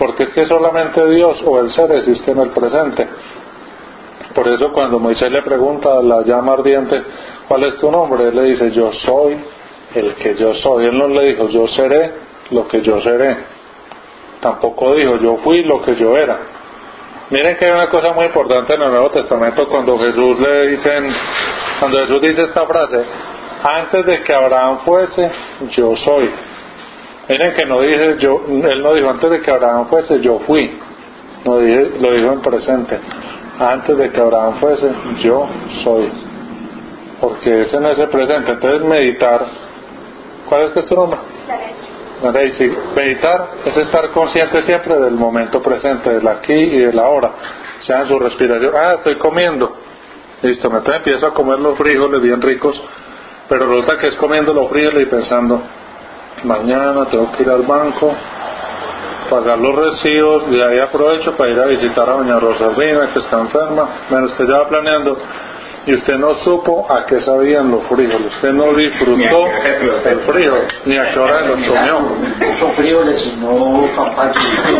porque es que solamente Dios o el ser existe en el presente. Por eso cuando Moisés le pregunta a la llama ardiente, ¿cuál es tu nombre? Él le dice, yo soy el que yo soy. Él no le dijo, yo seré lo que yo seré. Tampoco dijo, yo fui lo que yo era. Miren que hay una cosa muy importante en el Nuevo Testamento cuando Jesús le dicen, cuando Jesús dice esta frase, antes de que Abraham fuese, yo soy. Miren que no dice yo, él no dijo antes de que Abraham fuese, yo fui. No dije, lo dijo en presente. Antes de que Abraham fuese, yo soy. Porque es en ese presente. Entonces meditar, ¿cuál es que es tu nombre? Sí, meditar es estar consciente siempre del momento presente, del aquí y del ahora, sea en su respiración. Ah, estoy comiendo, listo, entonces empiezo a comer los frijoles bien ricos, pero resulta que es comiendo los frijoles y pensando, mañana tengo que ir al banco, pagar los recibos, y ahí aprovecho para ir a visitar a doña Rosalina que está enferma. Bueno, usted ya va planeando y usted no supo a qué sabían los frijoles, usted no disfrutó el frijol, ni a qué hora los comió. Son frijoles y no campañas.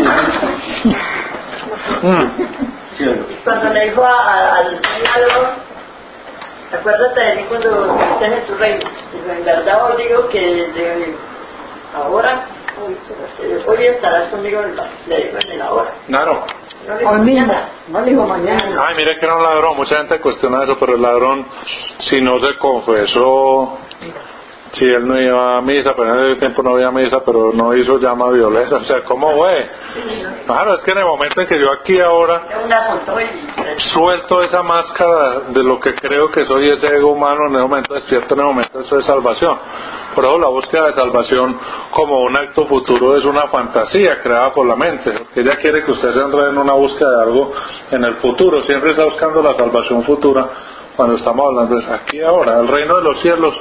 Cuando le dijo a, a, al ladrón, acuérdate de mí cuando estés en tu reino. Digo, en verdad os digo que desde ahora, hoy estarás conmigo en la, le digo en el ahora. Claro. No le dijo mañana. No le dijo mañana. Ay, mire que era un ladrón, mucha gente cuestiona eso, pero el ladrón, si no se confesó, si él no iba a misa, pero en ese tiempo no había misa, pero no hizo llama violenta, o sea, ¿cómo fue? Claro, es que en el momento en que yo aquí ahora suelto esa máscara de lo que creo que soy, ese ego humano, en el momento despierto, en el momento eso es salvación. Por eso la búsqueda de salvación como un acto futuro es una fantasía creada por la mente, porque ella quiere que usted se enrede en una búsqueda de algo en el futuro, siempre está buscando la salvación futura. Cuando estamos hablando es aquí ahora, el reino de los cielos,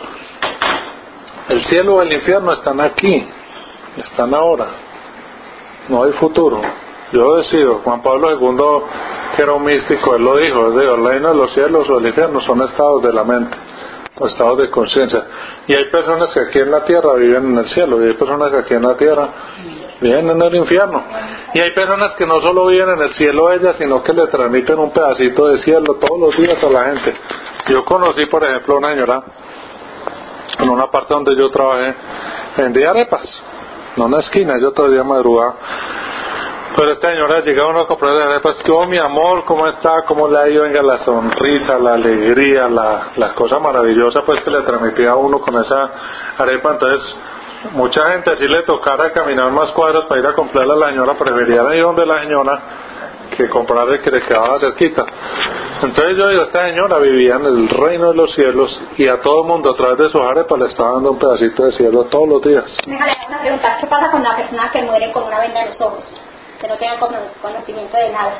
el cielo o el infierno están aquí, están ahora, no hay futuro. Yo decido, Juan Pablo segundo, que era un místico, él lo dijo, él dijo, el reino de los cielos o el infierno son estados de la mente, estados de conciencia. Y hay personas que aquí en la tierra viven en el cielo, y hay personas que aquí en la tierra viven en el infierno. Y hay personas que no solo viven en el cielo ellas, sino que le transmiten un pedacito de cielo todos los días a la gente. Yo conocí, por ejemplo, una señora en una parte donde yo trabajé, vendía arepas, no en una esquina, yo todavía madrugaba. Pero esta señora llegaba a uno a comprar arepas, que oh mi amor, ¿cómo está? ¿Cómo le ha ido? Venga, la sonrisa, la alegría, la, la cosa maravillosa pues que le transmitía a uno con esa arepa. Entonces mucha gente, si le tocara caminar más cuadras para ir a comprarla a la señora, prefería ir donde la señora que comprarle que le quedaba cerquita. Entonces yo digo, esta señora vivía en el reino de los cielos y a todo el mundo a través de sus arepas le estaba dando un pedacito de cielo todos los días. Déjale una pregunta, ¿qué pasa con la persona que muere con una venda en los ojos? Que no tenga conocimiento de nada.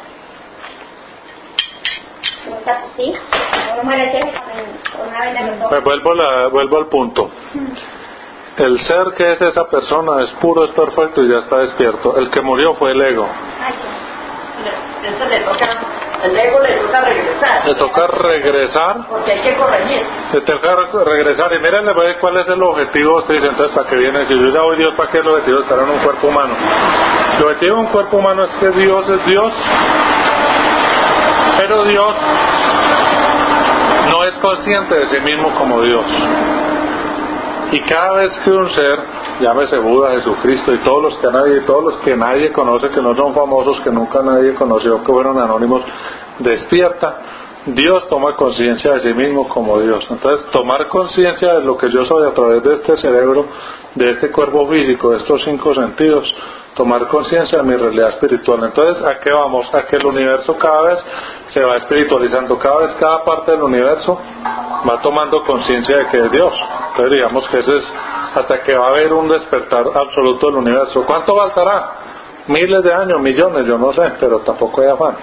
¿Sí? Uno muere con una venda en los ojos. Pues vuelvo, la, vuelvo al punto. El ser que es esa persona es puro, es perfecto y ya está despierto. El que murió fue el ego. Eso le toca, el ego le toca regresar. Le toca regresar. Porque hay que corregir. Le toca regresar. Y miren, cuál es el objetivo. Usted dice, entonces, ¿para qué viene? Si yo ya voy Dios, ¿para qué el objetivo de estar en un cuerpo humano? El objetivo de un cuerpo humano es que Dios es Dios. Pero Dios no es consciente de sí mismo como Dios. Y cada vez que un ser, llámese Buda, Jesucristo y todos los que nadie, todos los que nadie conoce, que no son famosos, que nunca nadie conoció, que fueron anónimos, despierta, Dios toma conciencia de sí mismo como Dios. Entonces, tomar conciencia de lo que yo soy a través de este cerebro, de este cuerpo físico, de estos cinco sentidos, tomar conciencia de mi realidad espiritual. Entonces, ¿a qué vamos? A que el universo cada vez se va espiritualizando, cada vez cada parte del universo va tomando conciencia de que es Dios. Entonces, digamos que ese es hasta que va a haber un despertar absoluto del universo. ¿Cuánto faltará? Miles de años, millones, yo no sé, pero tampoco hay afán.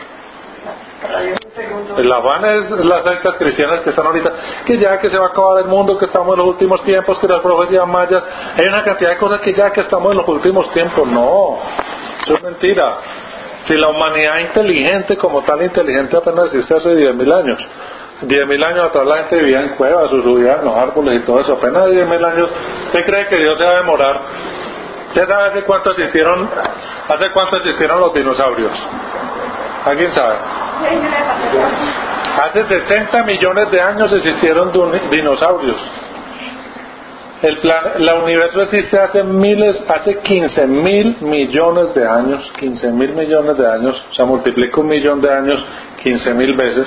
El afán es las sectas cristianas que están ahorita, que ya que se va a acabar el mundo, que estamos en los últimos tiempos, que las profecías mayas, hay una cantidad de cosas que ya que estamos en los últimos tiempos. No, eso es mentira. Si la humanidad inteligente como tal inteligente apenas existe hace diez mil años, diez mil años atrás la gente vivía en cuevas o subía en los árboles y todo eso, apenas diez mil años. ¿Usted cree que Dios se va a demorar ¿Usted sabe hace cuánto existieron, hace cuánto existieron los dinosaurios? ¿Alguien sabe? Hace sesenta millones de años existieron dinosaurios. El plan, el universo existe hace miles, hace quince mil millones de años, quince mil millones de años, o sea, multiplica un millón de años quince mil veces.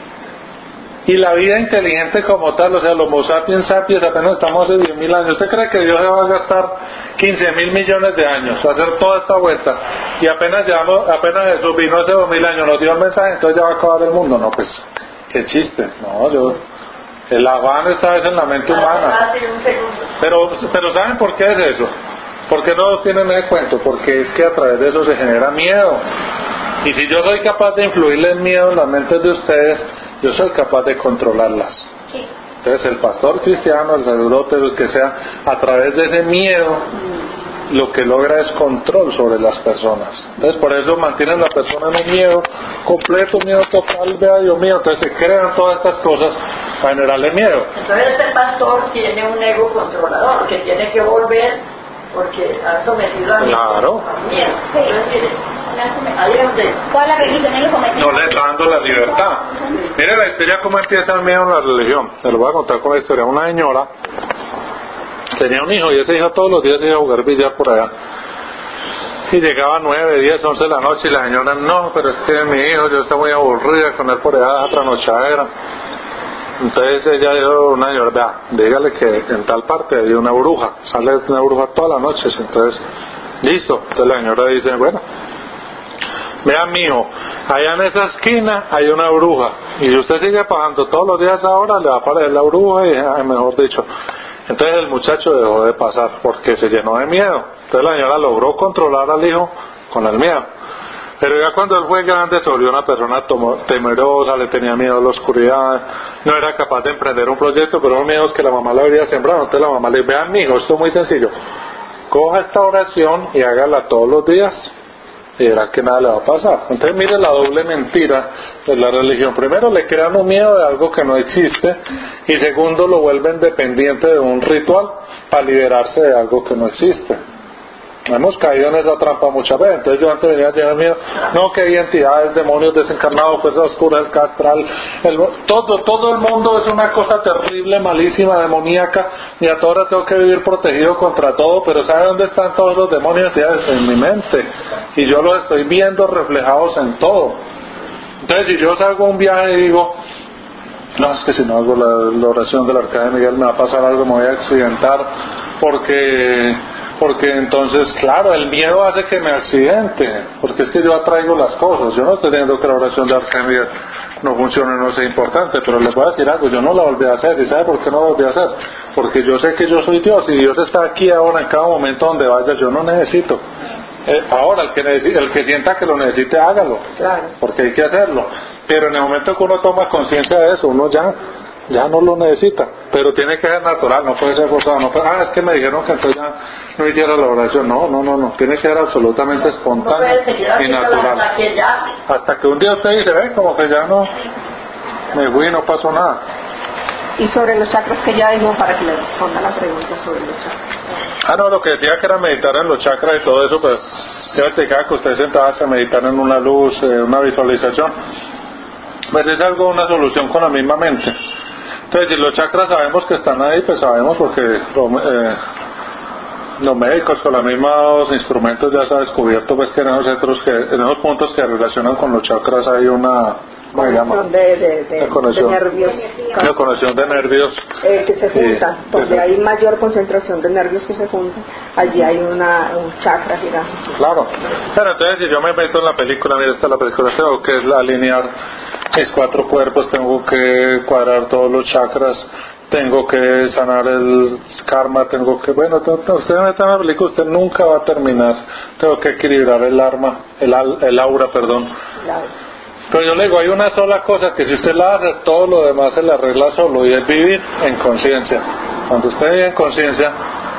Y la vida inteligente como tal, o sea, los Homo sapiens sapiens apenas estamos hace diez mil años. ¿Usted cree que Dios se va a gastar quince mil millones de años, va a hacer toda esta vuelta? Y apenas llevamos, apenas Jesús vino hace dos mil años, nos dio el mensaje, entonces ya va a acabar el mundo. No, pues, qué chiste. No, yo, el afán esta vez en la mente humana. Pero, pero ¿saben por qué es eso? ¿Por qué no tienen ese cuento? Porque es que a través de eso se genera miedo. Y si yo soy capaz de influirle el miedo en las mentes de ustedes, yo soy capaz de controlarlas. Sí. Entonces el pastor cristiano, el sacerdote, el que sea, a través de ese miedo, lo que logra es control sobre las personas. Entonces por eso mantienen a la persona en un miedo completo, miedo total, vea Dios mío. Entonces se crean todas estas cosas para generarle miedo. Entonces este pastor tiene un ego controlador que tiene que volver porque ha sometido a mí. Claro. Miedo. Sí. Ahí es donde toda la religión es lo sometido. No le está dando la libertad. Mire la historia cómo empieza el miedo en la religión. Se lo voy a contar con la historia. Una señora tenía un hijo y ese hijo todos los días iba a jugar billar por allá. Y llegaba nueve, diez, once de la noche y la señora, no, pero es que mi hijo, yo estoy muy aburrida con él por allá, otra nochadera. Entonces ella dijo, una señora, vea, dígale que en tal parte hay una bruja, sale una bruja todas las noches. Entonces, listo. Entonces la señora dice, bueno, vea mijo, allá en esa esquina hay una bruja y si usted sigue pasando todos los días ahora le va a aparecer la bruja y ay, mejor dicho. Entonces el muchacho dejó de pasar porque se llenó de miedo. Entonces la señora logró controlar al hijo con el miedo, pero ya cuando él fue grande se volvió una persona temerosa, le tenía miedo a la oscuridad, no era capaz de emprender un proyecto, pero los miedos que la mamá le habría sembrado. Entonces la mamá le dice, vean mijo, esto es muy sencillo, coja esta oración y hágala todos los días y verá que nada le va a pasar. Entonces mire la doble mentira de la religión. Primero le crean un miedo de algo que no existe y segundo lo vuelven dependiente de un ritual para liberarse de algo que no existe. Hemos caído en esa trampa muchas veces. Entonces yo antes venía lleno de miedo, no, que hay entidades, demonios desencarnados, fuerzas oscuras, castral, el, todo, todo el mundo es una cosa terrible, malísima, demoníaca, y a toda hora tengo que vivir protegido contra todo. Pero ¿sabe dónde están todos los demonios? En mi mente, y yo los estoy viendo reflejados en todo. Entonces si yo salgo a un viaje y digo, no, es que si no hago la, la oración del Arcángel Miguel me va a pasar algo, me voy a accidentar, porque porque entonces, claro, el miedo hace que me accidente, porque es que yo atraigo las cosas. Yo no estoy diciendo que la oración de Arcángel Miguel no funcione, no sea importante, pero les voy a decir algo, yo no la volví a hacer. ¿Y sabe por qué no la volví a hacer? Porque yo sé que yo soy Dios y Dios está aquí ahora en cada momento donde vaya. Yo no necesito. Eh, ahora el que necesite, el que sienta que lo necesite, hágalo, claro, porque hay que hacerlo. Pero en el momento que uno toma conciencia de eso, uno ya ya no lo necesita, pero tiene que ser natural, no puede ser forzado. No puede, ah, es que me dijeron que entonces ya no hiciera la oración. No, no, no, no, tiene que ser absolutamente espontáneo y natural. Hasta que, ya... hasta que un día usted dice, ve, como que ya no me fui y no pasó nada. Y sobre los chakras que ya dijo, para que le responda la pregunta sobre los chakras. Ah, no, lo que decía que era meditar en los chakras y todo eso, pues yo te dije que usted sentase a meditar en una luz, eh, una visualización, pues es algo, una solución con la misma mente. Entonces, si los chakras sabemos que están ahí, pues sabemos porque lo, eh, los médicos con los mismos instrumentos ya se ha descubierto pues que en esos centros, que en esos puntos que relacionan con los chakras hay una conexión de, de, de, conexión, de nervios, una conexión de nervios eh, que se juntan, y, donde hay mayor concentración de nervios que se juntan, allí hay una, un chakra gigante. Claro, pero entonces si yo me meto en la película, mira, esta es la película, tengo que alinear mis cuatro cuerpos, tengo que cuadrar todos los chakras, tengo que sanar el karma, tengo que, bueno, usted mete en la película, usted nunca va a terminar, tengo que equilibrar el arma, el, el aura, perdón. Claro. Pero yo le digo, hay una sola cosa que si usted la hace, todo lo demás se le arregla solo, y es vivir en conciencia. Cuando usted vive en conciencia,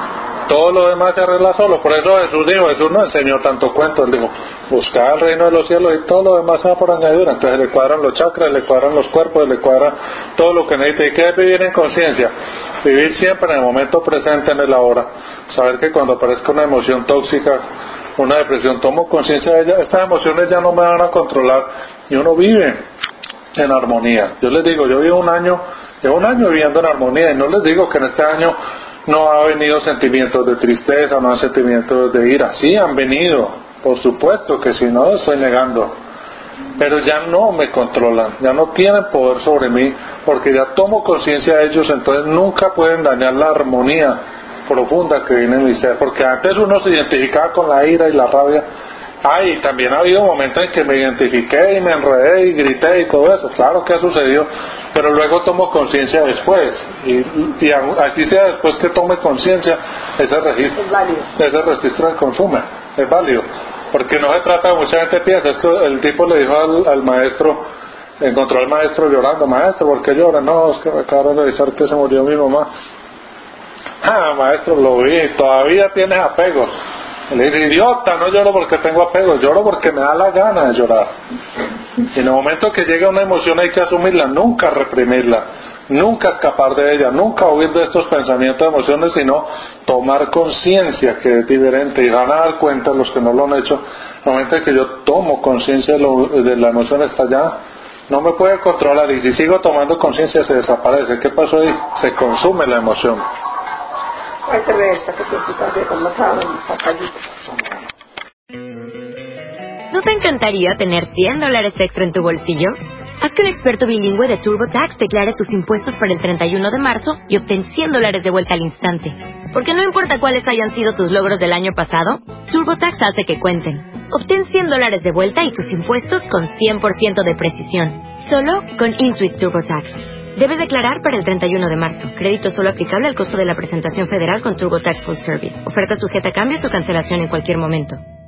Todo lo demás se arregla solo. Por eso Jesús dijo, Jesús no enseñó tanto cuento, él dijo, buscad el reino de los cielos y todo lo demás se va por añadidura. Entonces le cuadran los chakras, le cuadran los cuerpos, le cuadra todo lo que necesita. ¿Y qué es vivir en conciencia? Vivir siempre en el momento presente, en el ahora. Saber que cuando aparezca una emoción tóxica, una depresión, tomo conciencia de ella, estas emociones ya no me van a controlar, y uno vive en armonía. Yo les digo, yo vivo un año, llevo un año viviendo en armonía, y no les digo que en este año no ha venido sentimientos de tristeza, no han sentimientos de ira, sí han venido, por supuesto que si no estoy negando, pero ya no me controlan, ya no tienen poder sobre mí, porque ya tomo conciencia de ellos, entonces nunca pueden dañar la armonía profunda que viene en mi ser, porque antes uno se identificaba con la ira y la rabia. Ay, ah, también ha habido momentos en que me identifiqué y me enredé y grité y todo eso, claro que ha sucedido, pero luego tomo conciencia después, y, y así sea después que tome conciencia, ese registro, ese registro de consumo es válido, porque no se trata, mucha gente piensa, es que el tipo le dijo al, al maestro, encontró al maestro llorando, maestro, ¿por qué llora? No, es que me acabaron de avisar que se murió mi mamá. Ah, maestro, lo vi, todavía tienes apegos. Le dice, idiota, no lloro porque tengo apegos, lloro porque me da la gana de llorar. Y en el momento que llega una emoción hay que asumirla, nunca reprimirla, nunca escapar de ella, nunca huir de estos pensamientos, emociones, sino tomar conciencia que es diferente, y van a dar cuenta los que no lo han hecho. En el momento en que yo tomo conciencia de, de la emoción, está allá, no me puede controlar, y si sigo tomando conciencia se desaparece. ¿Qué pasó ahí? Se consume la emoción. ¿No te encantaría tener cien dólares extra en tu bolsillo? Haz que un experto bilingüe de TurboTax declare tus impuestos para el treinta y uno de marzo y obtén cien dólares de vuelta al instante. Porque no importa cuáles hayan sido tus logros del año pasado, TurboTax hace que cuenten. Obtén cien dólares de vuelta y tus impuestos con cien por ciento de precisión. Solo con Intuit TurboTax. Debes declarar para el treinta y uno de marzo. Crédito solo aplicable al costo de la presentación federal con TurboTax Full Service. Oferta sujeta a cambios o cancelación en cualquier momento.